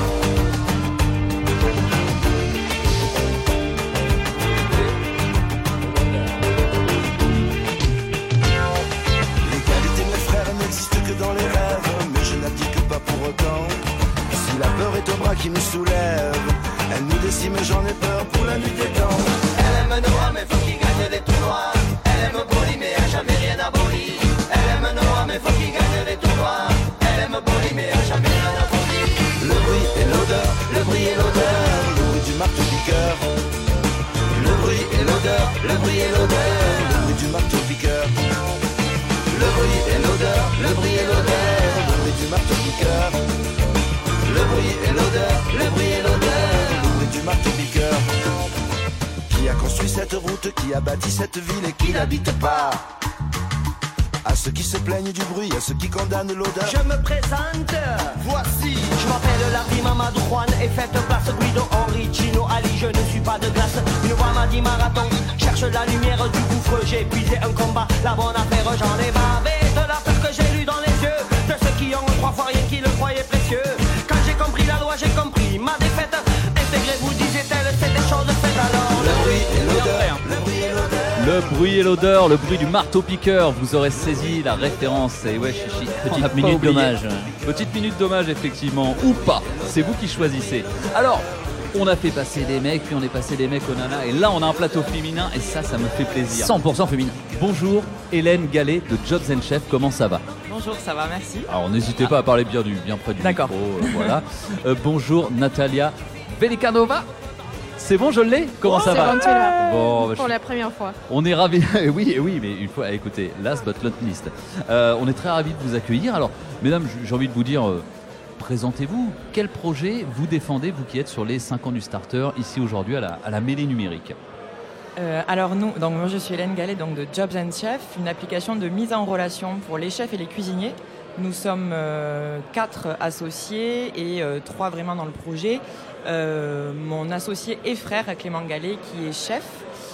Dans les rêves, mais je n'abdique pas pour autant. Si la peur est au bras qui nous soulève, elle nous décime et j'en ai peur pour la nuit des temps. Elle aime Noah mais faut qu'il gagne les tournois. Elle aime Boli mais a jamais rien aboli. Elle aime Noah mais faut qu'il gagne les tournois. Elle aime Boli mais a jamais rien aboli. Le bruit et l'odeur, le bruit et l'odeur, le bruit du marteau-piqueur. route qui a bâti cette ville et qui n'habite pas. À ceux qui se plaignent du bruit, à ceux qui condamnent l'odeur. Je me présente. Voici. Je m'appelle Larry Mamadou Juan et faites place Guido Henri Chino Ali. Je ne suis pas de glace. Une voix m'a dit marathon. Cherche la lumière du gouffre. J'ai épuisé un combat. La bonne affaire, j'en ai bavé. De la peur que j'ai lu dans les yeux de ceux qui ont trois fois rien qui le croyaient précieux. Quand j'ai compris la loi, j'ai compris ma défaite. Intégrez-vous, disait-elle, c'est des choses faites alors. Le bruit et l'odeur. Le bruit et l'odeur. Le bruit et l'odeur, le bruit du marteau-piqueur, vous aurez saisi la référence. Et ouais, chichi, petite minute d'hommage. Petite minute d'hommage, effectivement, ou pas. C'est vous qui choisissez. Alors, on a fait passer des mecs, puis on est passé des mecs aux nanas. Et là, on a un plateau féminin, et ça, ça me fait plaisir. cent pour cent féminin. Bonjour, Hélène Gallet de Jobs and Chef, comment ça va? Bonjour, ça va, merci. Alors, n'hésitez pas à parler bien, du, bien près du micro. Euh, voilà. euh, bonjour, Natalia Velikanova. C'est bon, je l'ai? Comment oh, ça va? Bon, tu l'as. Bon, pour je... la première fois. On est ravis. oui, oui, mais une fois, écoutez, last but not least. Euh, on est très ravis de vous accueillir. Alors, mesdames, j'ai envie de vous dire, euh, présentez-vous. Quel projet vous défendez, vous qui êtes sur les cinq ans du starter, ici aujourd'hui à la, à la mêlée numérique? euh, Alors, nous, donc, moi je suis Hélène Gallet donc, de Jobs and Chef, une application de mise en relation pour les chefs et les cuisiniers. Nous sommes euh, quatre associés et euh, trois vraiment dans le projet. Euh, mon associé et frère Clément Gallet qui est chef,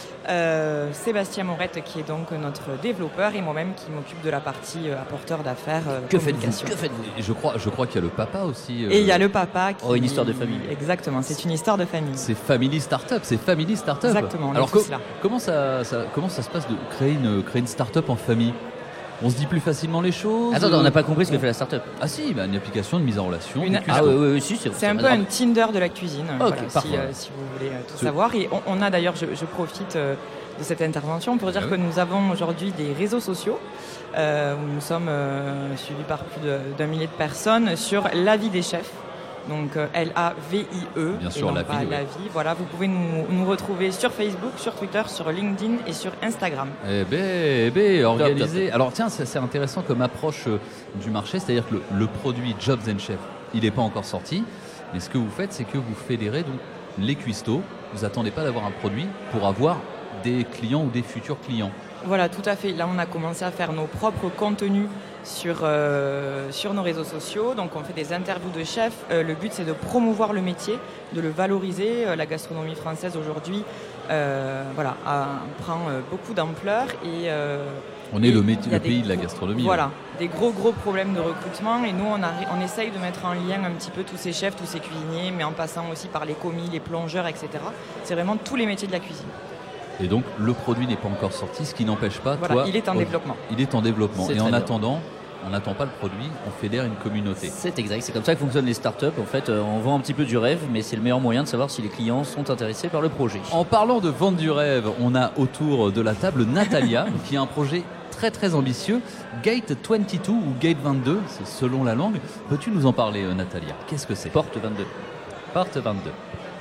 euh, Sébastien Morette qui est donc notre développeur et moi-même qui m'occupe de la partie euh, apporteur d'affaires. Euh, que faites-vous? Que faites-vous? Je crois, je crois qu'il y a le papa aussi. Euh... Et il y a le papa. Qui... Oh, une histoire de famille. Exactement, c'est une histoire de famille. C'est Family Startup, c'est Family Startup. Exactement. Alors co- comment ça, ça, comment ça se passe de créer une, créer une startup en famille? On se dit plus facilement les choses. Attends, on n'a pas compris ce que fait la startup. Ah si, bah, une application de mise en relation. Une... Ah oui, oui, oui, si, c'est, c'est un peu un Tinder de la cuisine, okay, voilà, si, euh, si vous voulez euh, tout c'est... savoir. Et on, on a d'ailleurs, je, je profite euh, de cette intervention pour dire ah, que oui. nous avons aujourd'hui des réseaux sociaux euh, où nous sommes euh, suivis par plus de, d'un millier de personnes sur la vie des chefs. Donc euh, L A V I E. Bien sûr, la vie. La ouais. vie. Voilà, vous pouvez nous, nous retrouver sur Facebook, sur Twitter, sur LinkedIn et sur Instagram. Eh ben, eh ben organisé. Alors tiens, c'est, c'est intéressant comme approche euh, du marché, c'est-à-dire que le, le produit Jobs and Chef, il n'est pas encore sorti. Mais ce que vous faites, c'est que vous fédérez donc les cuistots. Vous attendez pas d'avoir un produit pour avoir des clients ou des futurs clients. Voilà, tout à fait. Là, on a commencé à faire nos propres contenus sur, euh, sur nos réseaux sociaux. Donc, on fait des interviews de chefs. Euh, le but, c'est de promouvoir le métier, de le valoriser. Euh, la gastronomie française, aujourd'hui, euh, voilà, a, prend euh, beaucoup d'ampleur. Et, euh, on est et le, métier, le des, pays de la gastronomie. Voilà, ouais. des gros, gros problèmes de recrutement. Et nous, on, a, on essaye de mettre en lien un petit peu tous ces chefs, tous ces cuisiniers, mais en passant aussi par les commis, les plongeurs, et cetera. C'est vraiment tous les métiers de la cuisine. Et donc, le produit n'est pas encore sorti, ce qui n'empêche pas, voilà, toi... il est en oh, développement. Il est en développement. C'est et en bien. attendant, on n'attend pas le produit, on fédère une communauté. C'est exact, c'est comme ça que fonctionnent les startups. En fait, on vend un petit peu du rêve, mais c'est le meilleur moyen de savoir si les clients sont intéressés par le projet. En parlant de vendre du rêve, on a autour de la table Natalia, qui a un projet très très ambitieux, Gate vingt-deux ou Gate vingt-deux, c'est selon la langue. Peux-tu nous en parler, Natalia? Qu'est-ce que c'est? Porte vingt-deux. Porte vingt-deux.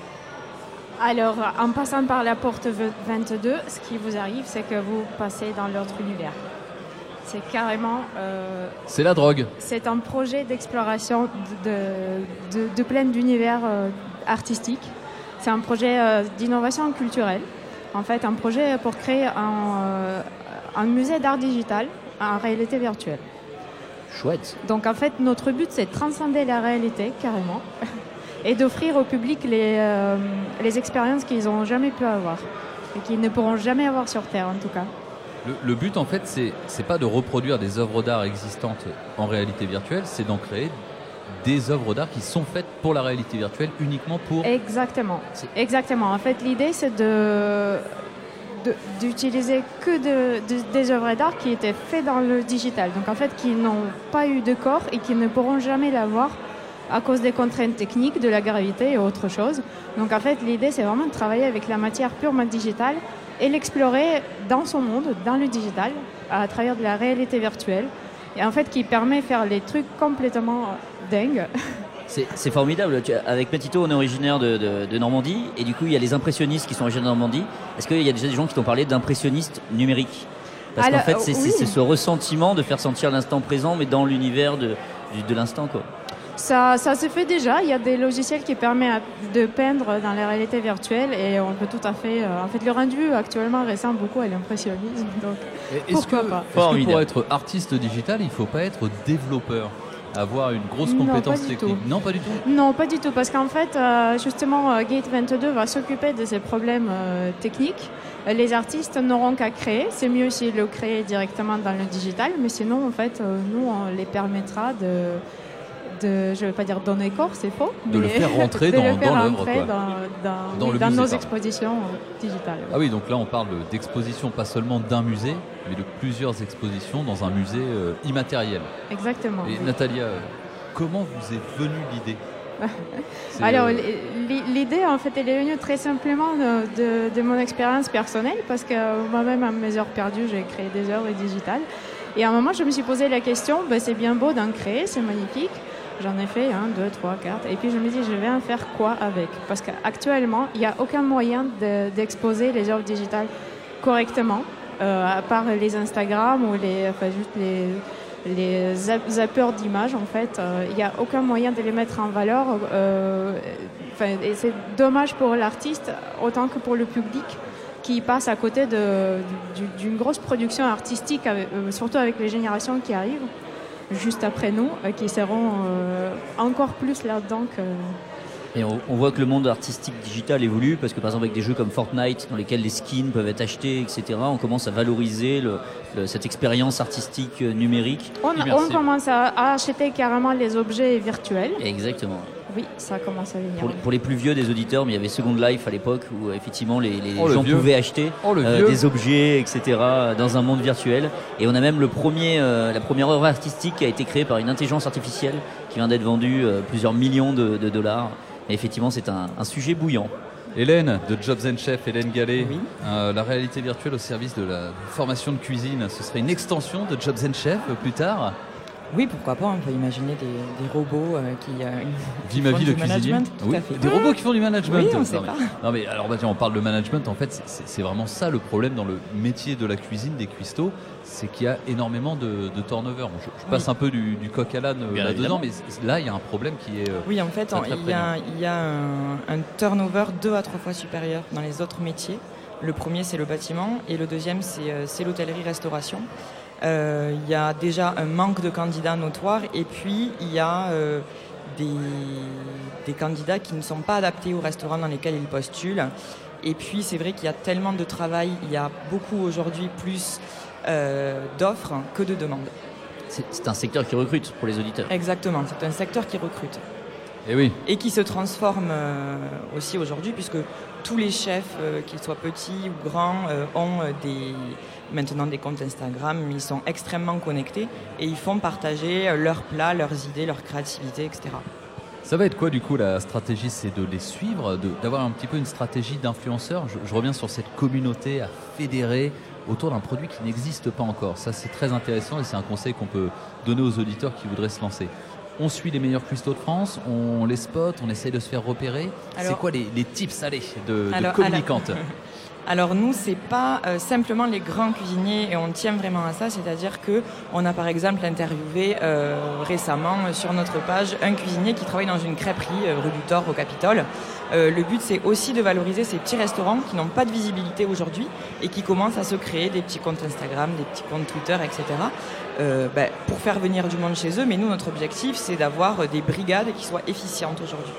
Alors, en passant par la porte vingt-deux, ce qui vous arrive, c'est que vous passez dans l'autre univers. C'est carrément... Euh, c'est la drogue. C'est un projet d'exploration de, de, de, de plein d'univers euh, artistiques. C'est un projet euh, d'innovation culturelle. En fait, un projet pour créer un, euh, un musée d'art digital en réalité virtuelle. Chouette. Donc, en fait, notre but, c'est de transcender la réalité, carrément. Et d'offrir au public les, euh, les expériences qu'ils n'ont jamais pu avoir et qu'ils ne pourront jamais avoir sur Terre, en tout cas. Le, le but, en fait, c'est, c'est pas de reproduire des œuvres d'art existantes en réalité virtuelle, c'est d'en créer des œuvres d'art qui sont faites pour la réalité virtuelle, uniquement pour... Exactement. C'est... Exactement. En fait, l'idée, c'est de, de, d'utiliser que de, de, des œuvres d'art qui étaient faites dans le digital. Donc, en fait, qui n'ont pas eu de corps et qui ne pourront jamais l'avoir à cause des contraintes techniques, de la gravité et autre chose. Donc en fait, l'idée, c'est vraiment de travailler avec la matière purement digitale et l'explorer dans son monde, dans le digital, à travers de la réalité virtuelle. Et en fait, qui permet de faire des trucs complètement dingues. C'est, c'est formidable. Avec Petito, on est originaire de, de, de Normandie. Et du coup, il y a les impressionnistes qui sont originaires de Normandie. Est-ce qu'il y a déjà des gens qui t'ont parlé d'impressionnistes numériques? Parce Alors, qu'en fait, c'est, oui. c'est, c'est ce ressentiment de faire sentir l'instant présent, mais dans l'univers de, de l'instant, quoi. Ça, ça se fait déjà. Il y a des logiciels qui permettent de peindre dans la réalité virtuelle et on peut tout à fait... Euh, en fait, le rendu actuellement ressemble beaucoup à l'impressionnisme. Donc, est-ce pourquoi que, pas est-ce que pour être artiste digital, il ne faut pas être développeur, avoir une grosse compétence non, technique? Non, pas du tout. Non, pas du tout. Parce qu'en fait, euh, justement, euh, Gate vingt-deux va s'occuper de ces problèmes euh, techniques. Les artistes n'auront qu'à créer. C'est mieux s'ils le créent directement dans le digital. Mais sinon, en fait, euh, nous, on les permettra de... De, je ne vais pas dire donner corps, c'est faux. De le faire rentrer dans, dans l'œuvre, quoi. Dans, dans, dans, oui, le dans musée, nos pardon. expositions digitales. Ah oui, donc là on parle d'exposition pas seulement d'un musée, mais de plusieurs expositions dans un musée euh, immatériel. Exactement. Et oui. Natalia, comment vous est venue l'idée? Alors euh... l'idée en fait elle est venue très simplement de, de, de mon expérience personnelle parce que moi-même à mes heures perdues j'ai créé des œuvres digitales et à un moment je me suis posé la question, ben, c'est bien beau d'en créer, c'est magnifique. J'en ai fait un, deux, trois, quatre. Et puis je me dis, je vais en faire quoi avec? Parce qu'actuellement, il n'y a aucun moyen de, d'exposer les œuvres digitales correctement, euh, à part les Instagram ou les, enfin, juste les, les zappers d'images. En fait, euh, il n'y a aucun moyen de les mettre en valeur. Euh, enfin, et c'est dommage pour l'artiste, autant que pour le public, qui passe à côté de, d'une grosse production artistique, avec, euh, surtout avec les générations qui arrivent juste après nous, euh, qui seront euh, encore plus là-dedans que... Et on, on voit que le monde artistique digital évolue parce que par exemple avec des jeux comme Fortnite dans lesquels les skins peuvent être achetés, et cetera, on commence à valoriser le, le, cette expérience artistique numérique. On, on commence à, à acheter carrément les objets virtuels. Exactement. Oui, ça commence à venir. Pour, pour les plus vieux des auditeurs, mais il y avait Second Life à l'époque où effectivement les, les oh, gens vieux. pouvaient acheter oh, euh, des objets, et cetera dans un monde virtuel. Et on a même le premier, euh, la première œuvre artistique qui a été créée par une intelligence artificielle qui vient d'être vendue euh, plusieurs millions de, de dollars. Et effectivement, c'est un, un sujet bouillant. Hélène de Jobs and Chef, Hélène Gallet, oui. euh, la réalité virtuelle au service de la formation de cuisine, ce serait une extension de Jobs and Chef euh, plus tard? Oui, pourquoi pas, on peut imaginer des, des robots euh, qui, euh, Vie ma vie de cuisinier. Tout oui. à fait. Des robots qui font du management. Oui, on non, sait mais, pas. Non mais alors bah, tiens, on parle de management, en fait c'est, c'est vraiment ça le problème dans le métier de la cuisine des cuistots, c'est qu'il y a énormément de, de turnover. Bon, je, je passe oui. un peu du, du coq à l'âne Bien là-dedans, mais là il y a un problème qui est... Euh, oui, en fait, on, il, y a, il y a un, un turnover deux à trois fois supérieur dans les autres métiers. Le premier c'est le bâtiment et le deuxième c'est, c'est l'hôtellerie-restauration. Il euh, y a déjà un manque de candidats notoire et puis il y a euh, des, des candidats qui ne sont pas adaptés aux restaurants dans lesquels ils postulent. Et puis c'est vrai qu'il y a tellement de travail, il y a beaucoup aujourd'hui plus euh, d'offres que de demandes. C'est, c'est un secteur qui recrute pour les auditeurs. Exactement, c'est un secteur qui recrute. Et oui. Et qui se transforme euh, aussi aujourd'hui puisque tous les chefs, euh, qu'ils soient petits ou grands, euh, ont euh, des, maintenant des comptes Instagram, ils sont extrêmement connectés et ils font partager leurs plats, leurs idées, leur créativité, et cetera. Ça va être quoi du coup la stratégie? C'est de les suivre, de, d'avoir un petit peu une stratégie d'influenceur. je, je reviens sur cette communauté à fédérer autour d'un produit qui n'existe pas encore. Ça c'est très intéressant et c'est un conseil qu'on peut donner aux auditeurs qui voudraient se lancer. On suit les meilleurs cuistots de France, on les spot, on essaye de se faire repérer. Alors, c'est quoi les, les tips allez, de, alors, de communicantes? alors, alors nous, c'est pas euh, simplement les grands cuisiniers et on tient vraiment à ça. C'est-à-dire que on a par exemple interviewé euh, récemment euh, sur notre page un cuisinier qui travaille dans une crêperie euh, rue du Thor au Capitole. Euh, le but, c'est aussi de valoriser ces petits restaurants qui n'ont pas de visibilité aujourd'hui et qui commencent à se créer des petits comptes Instagram, des petits comptes Twitter, et cetera. Euh, ben, pour faire venir du monde chez eux. Mais nous, notre objectif, c'est d'avoir des brigades qui soient efficientes aujourd'hui.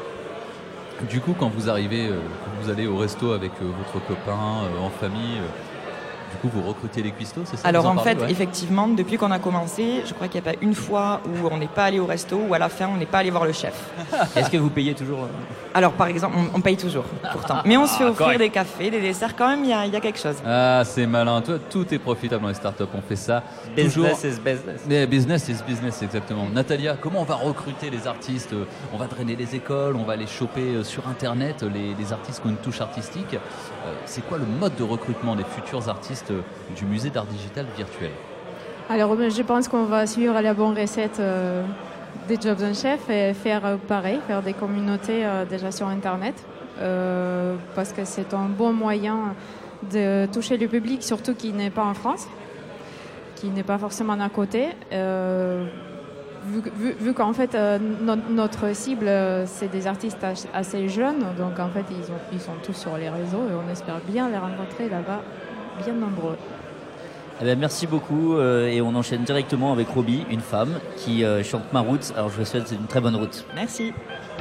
Du coup, quand vous arrivez, euh, quand vous allez au resto avec euh, votre copain, euh, en famille, euh, du coup, vous recrutez les cuistots, c'est ça? Alors en, en parlez, fait, ouais. effectivement, depuis qu'on a commencé, je crois qu'il n'y a pas une fois où on n'est pas allé au resto ou à la fin, on n'est pas allé voir le chef. Est-ce que vous payez toujours? Alors par exemple, on, on paye toujours, pourtant. Mais on se fait ah, offrir correct. des cafés, des desserts, quand même, il y a, y a quelque chose. Ah, c'est malin. Toi, tout est profitable dans les startups. On fait ça business toujours. Is business. Mais business is business, exactement. Natalia, comment on va recruter les artistes? On va drainer les écoles, on va les choper sur Internet, les, les artistes qui ont une touche artistique. C'est quoi le mode de recrutement des futurs artistes du musée d'art digital virtuel? Alors, je pense qu'on va suivre la bonne recette euh, des Jobs and Chef et faire euh, pareil, faire des communautés euh, déjà sur Internet, euh, parce que c'est un bon moyen de toucher le public, surtout qui n'est pas en France, qui n'est pas forcément à côté. Euh, vu, vu, vu qu'en fait euh, no- notre cible euh, c'est des artistes ach- assez jeunes, donc en fait ils, ont, ils sont tous sur les réseaux et on espère bien les rencontrer là-bas, bien nombreux. Eh bien, merci beaucoup euh, et on enchaîne directement avec Roby, une femme qui euh, chante Ma route. Alors je vous souhaite une très bonne route. Merci.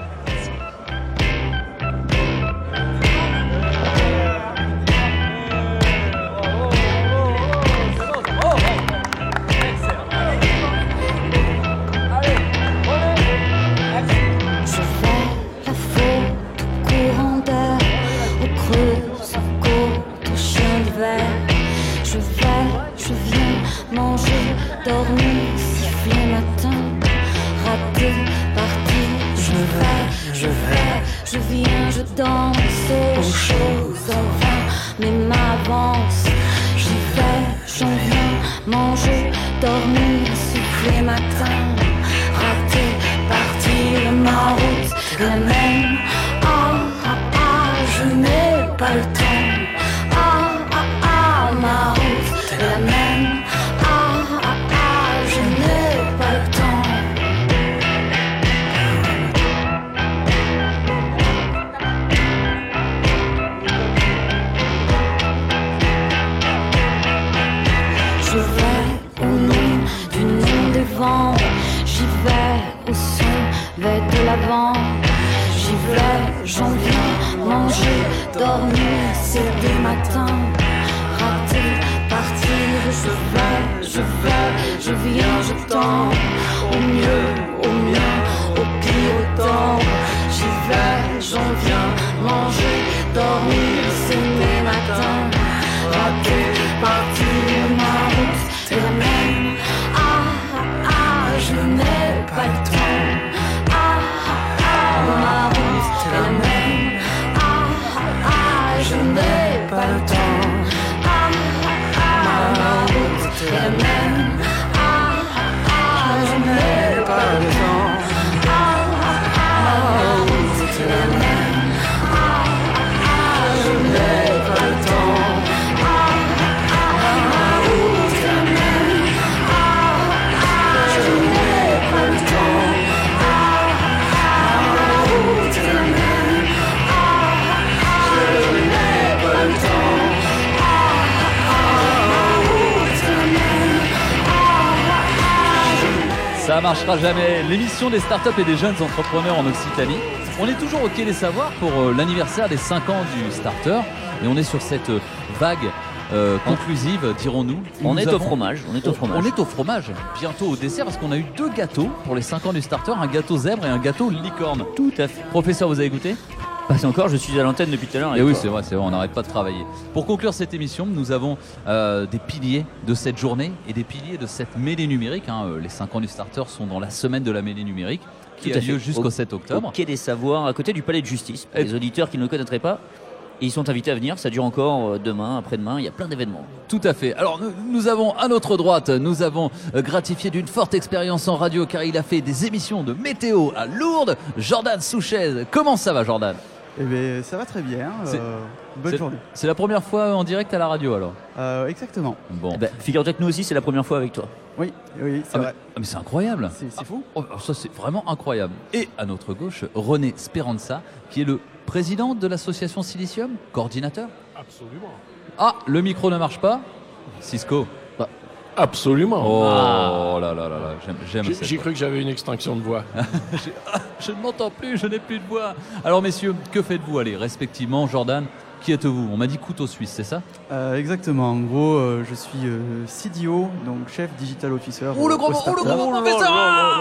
Ça marchera jamais. L'émission des startups et des jeunes entrepreneurs en Occitanie. On est toujours au Quai des Savoirs pour euh, l'anniversaire des cinq ans du Starter. Et on est sur cette euh, vague euh, conclusive, dirons-nous. On Nous est avons... au fromage. On est au fromage. On est au fromage. Bientôt au dessert parce qu'on a eu deux gâteaux pour les cinq ans du Starter. Un gâteau zèbre et un gâteau licorne. Tout à fait. Professeur, vous avez goûté ? Pas encore, je suis à l'antenne depuis tout à l'heure. Et oui, c'est vrai, c'est vrai, on n'arrête pas de travailler. Pour conclure cette émission, nous avons euh, des piliers de cette journée et des piliers de cette mêlée numérique. Hein. Les cinq ans du Starter sont dans la semaine de la mêlée numérique qui Tout a à fait. lieu jusqu'au Au- sept octobre. Au Quai des Savoirs, à côté du Palais de Justice. Pour les auditeurs qui ne le connaîtraient pas, ils sont invités à venir. Ça dure encore euh, demain, après-demain. Il y a plein d'événements. Tout à fait. Alors nous, nous avons à notre droite, nous avons euh, gratifié d'une forte expérience en radio car il a fait des émissions de météo à Lourdes, Jordan Souchez. Comment ça va, Jordan ? Eh bien, ça va très bien. C'est- Euh, bonne c'est- journée. C'est la première fois en direct à la radio alors. Euh, exactement. Bon. Eh ben, figure-toi que nous aussi, c'est la première fois avec toi. Oui, oui, c'est Ah mais, vrai. ah mais c'est incroyable. C'est c'est fou. Oh, ça c'est vraiment incroyable. Et à notre gauche, René Speranza, qui est le président de l'association Silicium, coordinateur. Absolument. Ah, le micro ne marche pas. Cisco. Bah, absolument. Oh Ah. là là là là, j'aime, j'aime J'ai cette j'ai voix. cru que j'avais une extinction de voix. J'ai- ah, je ne m'entends plus, je n'ai plus de voix. Alors messieurs, que faites-vous? Allez, respectivement, Jordan, qui êtes-vous? On m'a dit couteau suisse, c'est ça? Euh, exactement. En gros, euh, je suis euh, C D O, donc chef digital officer. Oh le euh, grand, au oh, le startup. grand professeur.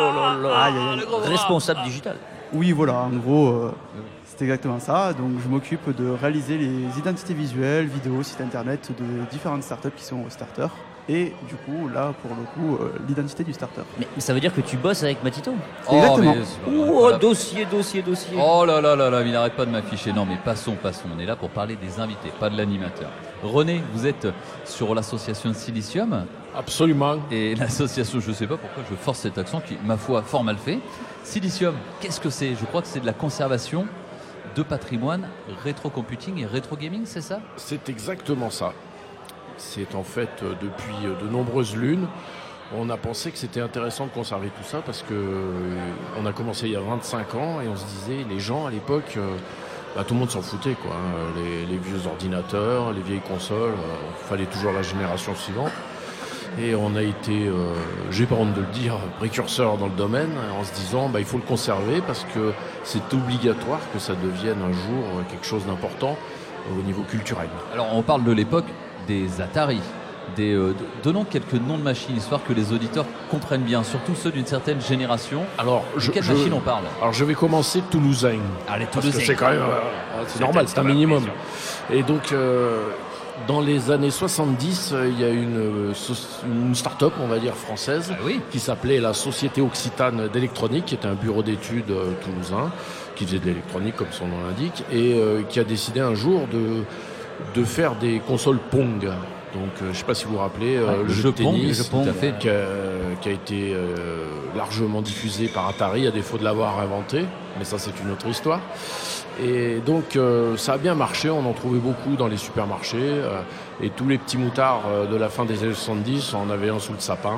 Aïe, aïe, aïe. Responsable digital. Oui, voilà. En gros, euh, c'est exactement ça. Donc, je m'occupe de réaliser les identités visuelles, vidéos, sites internet de différentes startups qui sont au starter. Et du coup, là, pour le coup, euh, l'identité du starter. Mais ça veut dire que tu bosses avec Matito? Oh, Exactement. mais c'est- Oh, voilà. dossier, dossier, dossier. Oh là là là là, il n'arrête pas de m'afficher. Non mais passons, passons. On est là pour parler des invités, pas de l'animateur. René, vous êtes sur l'association Silicium. Absolument. Et l'association, je ne sais pas pourquoi je force cet accent qui, ma foi, fort mal fait. Silicium, qu'est-ce que c'est? Je crois que c'est de la conservation de patrimoine, rétro-computing et rétro-gaming, c'est ça? C'est exactement ça. C'est en fait euh, depuis euh, de nombreuses lunes, on a pensé que c'était intéressant de conserver tout ça parce que euh, on a commencé il y a vingt-cinq ans et on se disait, les gens à l'époque, euh, bah, tout le monde s'en foutait, quoi. Les, les vieux ordinateurs, les vieilles consoles, il euh, fallait toujours la génération suivante. Et on a été, euh, j'ai pas honte de le dire, précurseur dans le domaine, en se disant bah, il faut le conserver parce que c'est obligatoire que ça devienne un jour quelque chose d'important au niveau culturel. Alors on parle de l'époque des Atari. Des, euh, donnons quelques noms de machines, histoire que les auditeurs comprennent bien, surtout ceux d'une certaine génération. Alors, de je, quelle je, machine on parle? Alors je vais commencer Toulousain. Allez, Toulousain. Parce que c'est quand même, euh, c'est c'est normal, c'est un minimum. bien. Et donc, euh, dans les années soixante-dix, il y a une, une start-up, on va dire, française, ah oui. qui s'appelait la Société Occitane d'Électronique, qui était un bureau d'études euh, toulousain, qui faisait de l'électronique, comme son nom l'indique, et euh, qui a décidé un jour de, de faire des consoles Pong. Donc, euh, je ne sais pas si vous vous rappelez, euh, ouais, le, le jeu jeu de tennis, Pong, tout à fait. Qui, a, qui a été euh, largement diffusé par Atari, à défaut de l'avoir inventé, mais ça c'est une autre histoire. Et donc euh, ça a bien marché, on en trouvait beaucoup dans les supermarchés, euh, et tous les petits moutards euh, de la fin des années soixante-dix, on en avait un sous le sapin.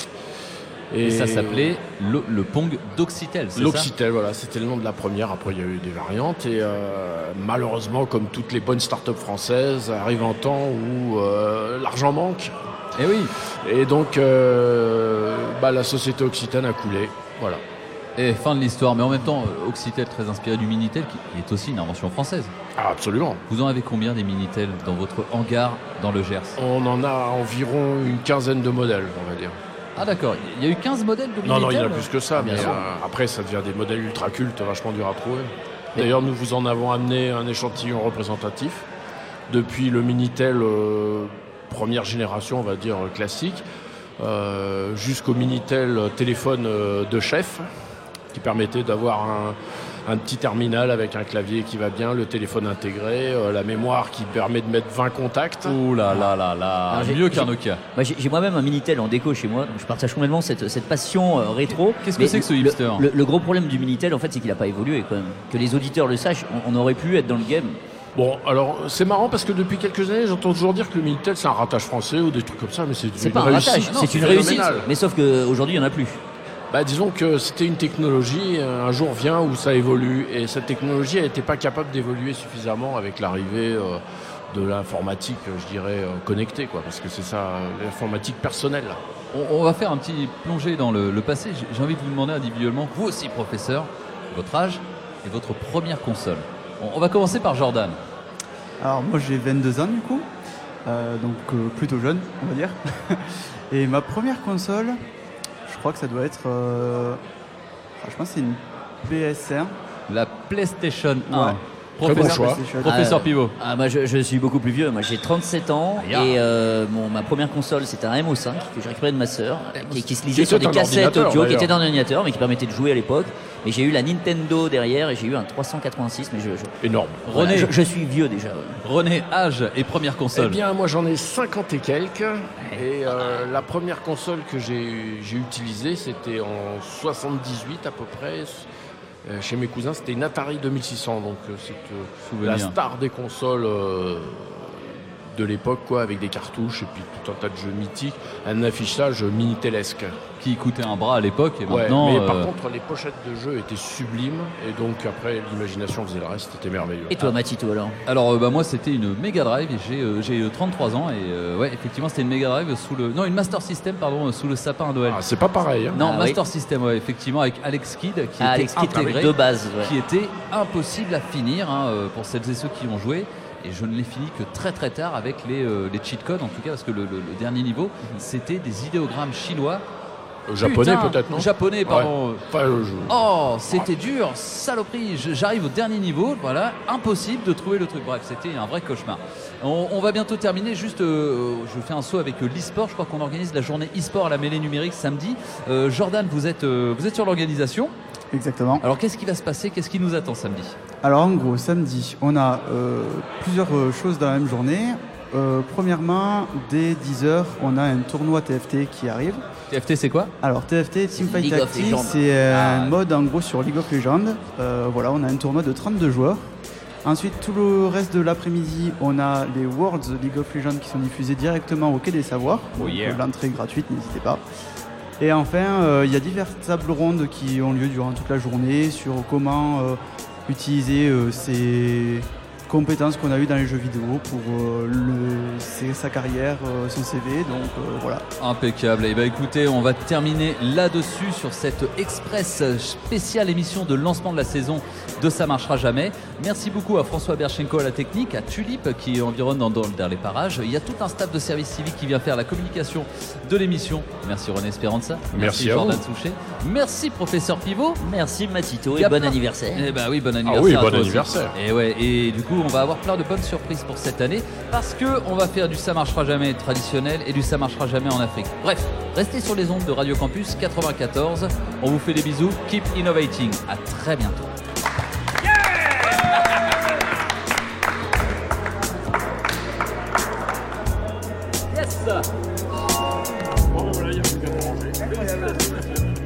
Et, et ça s'appelait le, le Pong d'Occitel, c'est ça? L'Occitel, voilà, c'était le nom de la première. Après, il y a eu des variantes. Et euh, malheureusement, comme toutes les bonnes start-up françaises, arrive un temps où euh, l'argent manque. Et oui. Et donc, euh, bah, la société Occitane a coulé. Voilà. Et fin de l'histoire. Mais en même temps, Occitel, très inspiré du Minitel, qui est aussi une invention française. Ah, absolument. Vous en avez combien des Minitel dans votre hangar dans le Gers? On en a environ une quinzaine de modèles, on va dire. Ah d'accord, il y a eu quinze modèles de Minitel? Non, non, il y en a plus que ça, bien mais sûr. euh, après ça devient des modèles ultra cultes, vachement durs à trouver. D'ailleurs, nous vous en avons amené un échantillon représentatif, depuis le Minitel euh, première génération, on va dire classique, euh, jusqu'au Minitel téléphone euh, de chef, qui permettait d'avoir un, un petit terminal avec un clavier qui va bien, le téléphone intégré, euh, la mémoire qui permet de mettre vingt contacts. Ouh là là là là, Alors, j'ai- mieux qu'un j'ai- Nokia. Moi, j'ai, j'ai moi-même un Minitel en déco chez moi, donc je partage complètement cette, cette passion euh, rétro. Qu'est-ce que Mais c'est que ce le- hipster le, le gros problème du Minitel, en fait, c'est qu'il n'a pas évolué quand même. Que les auditeurs le sachent, on, on aurait pu être dans le game. Bon, alors c'est marrant parce que depuis quelques années, j'entends toujours dire que le Minitel c'est un ratage français ou des trucs comme ça, mais c'est C'est une pas un réussite. ratage, Non, c'est une réussite. phénoménal. Mais sauf qu'aujourd'hui, il n'y en a plus. Bah, disons que c'était une technologie, euh, un jour vient où ça évolue, et cette technologie elle n'était pas capable d'évoluer suffisamment avec l'arrivée euh, de l'informatique, je dirais, euh, connectée, quoi, parce que c'est ça, euh, l'informatique personnelle. On, on va faire un petit plongée dans le, le passé. J'ai, j'ai envie de vous demander individuellement, vous aussi professeur, votre âge et votre première console. On, on va commencer par Jordan. Alors moi j'ai vingt-deux ans du coup, euh, donc euh, plutôt jeune on va dire. Et ma première console, je crois que ça doit être, euh, je pense que c'est une P S un. La PlayStation un. Ouais. Professeur, professeur Ah, Pivot. Ah, moi, je, je suis beaucoup plus vieux. Moi, j'ai trente-sept ans Aïe. et euh, mon, ma première console, c'était un M O cinq que j'ai récupéré de ma sœur, qui, qui se lisait Qui sur était des un cassettes ordinateur, audio, qui d'ailleurs. était dans un ordinateur, mais qui permettait de jouer à l'époque. Et j'ai eu la Nintendo derrière et j'ai eu un trois cent quatre-vingt-six, mais je, je, Énorme. voilà, René. je, je suis vieux déjà. ouais. René, âge et première console. Eh bien, moi j'en ai cinquante et quelques, et euh, la première console que j'ai, j'ai utilisée, c'était en soixante-dix-huit à peu près. Euh, chez mes cousins, c'était une Atari deux mille six cents, donc euh, c'est euh, Souvenir. la star des consoles euh, de l'époque, quoi, avec des cartouches et puis tout un tas de jeux mythiques, un affichage Minitel-esque. Qui coûtait un bras à l'époque et Ouais, maintenant. mais euh, par contre, les pochettes de jeux étaient sublimes, et donc après, l'imagination faisait le reste, c'était merveilleux. Et toi, Matito, alors? Alors euh, bah, moi c'était une Mega Drive et j'ai, euh, j'ai euh, trente-trois ans et euh, ouais effectivement c'était une Mega Drive sous le non une Master System pardon euh, sous le sapin à Noël. Ah, c'est pas pareil, hein. Non Ah, Master System ouais effectivement avec Alex Kidd qui Ah, était Alex Kidd, intégré, avec deux bases, ouais. qui était impossible à finir hein, euh, pour celles et ceux qui ont joué. Et je ne l'ai fini que très très tard avec les, euh, les cheat codes en tout cas parce que le, le- le dernier niveau c'était des idéogrammes chinois. Euh, japonais Putain, peut-être, non? Japonais pardon. Ouais. Enfin, euh, je- Oh, c'était dur, saloperie. Je- J'arrive au dernier niveau, voilà, impossible de trouver le truc. Bref, c'était un vrai cauchemar. On, on va bientôt terminer. Juste, euh, je fais un saut avec euh, l'e-sport. Je crois qu'on organise la journée e-sport à la mêlée numérique samedi. Euh, Jordan, vous êtes, euh, vous êtes sur l'organisation. Exactement. Alors, qu'est-ce qui va se passer? Qu'est-ce qui nous attend samedi? Alors en gros, samedi, on a euh, plusieurs euh, choses dans la même journée. Euh, premièrement, dès dix heures, on a un tournoi T F T qui arrive. T F T, c'est quoi? Alors T F T, Teamfight League of Tactics, Legends. c'est un Ah. mode en gros sur League of Legends. Euh, voilà, on a un tournoi de trente-deux joueurs. Ensuite, tout le reste de l'après-midi, on a les Worlds League of Legends qui sont diffusés directement au Quai des Savoirs. Oh Donc, yeah. euh, l'entrée est gratuite, n'hésitez pas. Et enfin, euh, il y a diverses tables rondes qui ont lieu durant toute la journée sur comment euh, utiliser euh, ces compétences qu'on a eues dans les jeux vidéo pour euh, le, c'est, sa carrière, euh, son C V. Donc euh, voilà. Impeccable. Et bah écoutez, on va terminer là-dessus sur cette express spéciale émission de lancement de la saison de Ça marchera jamais. Merci beaucoup à François Berchenko à la technique, à Tulip qui environne dans, dans, dans les parages. Il y a tout un staff de service civique qui vient faire la communication de l'émission. Merci René Esperanza. Merci, Merci à Jordan vous. Souchet. Merci professeur Pivot. Merci Matito et Il y a bon plein- anniversaire. Eh bah oui, bon anniversaire. Ah oui, à bon toi aussi. anniversaire. Et ouais, et du coup, on va avoir plein de bonnes surprises pour cette année parce que on va faire du Ça marchera jamais traditionnel et du Ça marchera jamais en Afrique. Bref, restez sur les ondes de Radio Campus quatre-vingt-quatorze. On vous fait des bisous. Keep innovating. À très bientôt. Yes. Bon, voilà, il y a plus qu'à manger.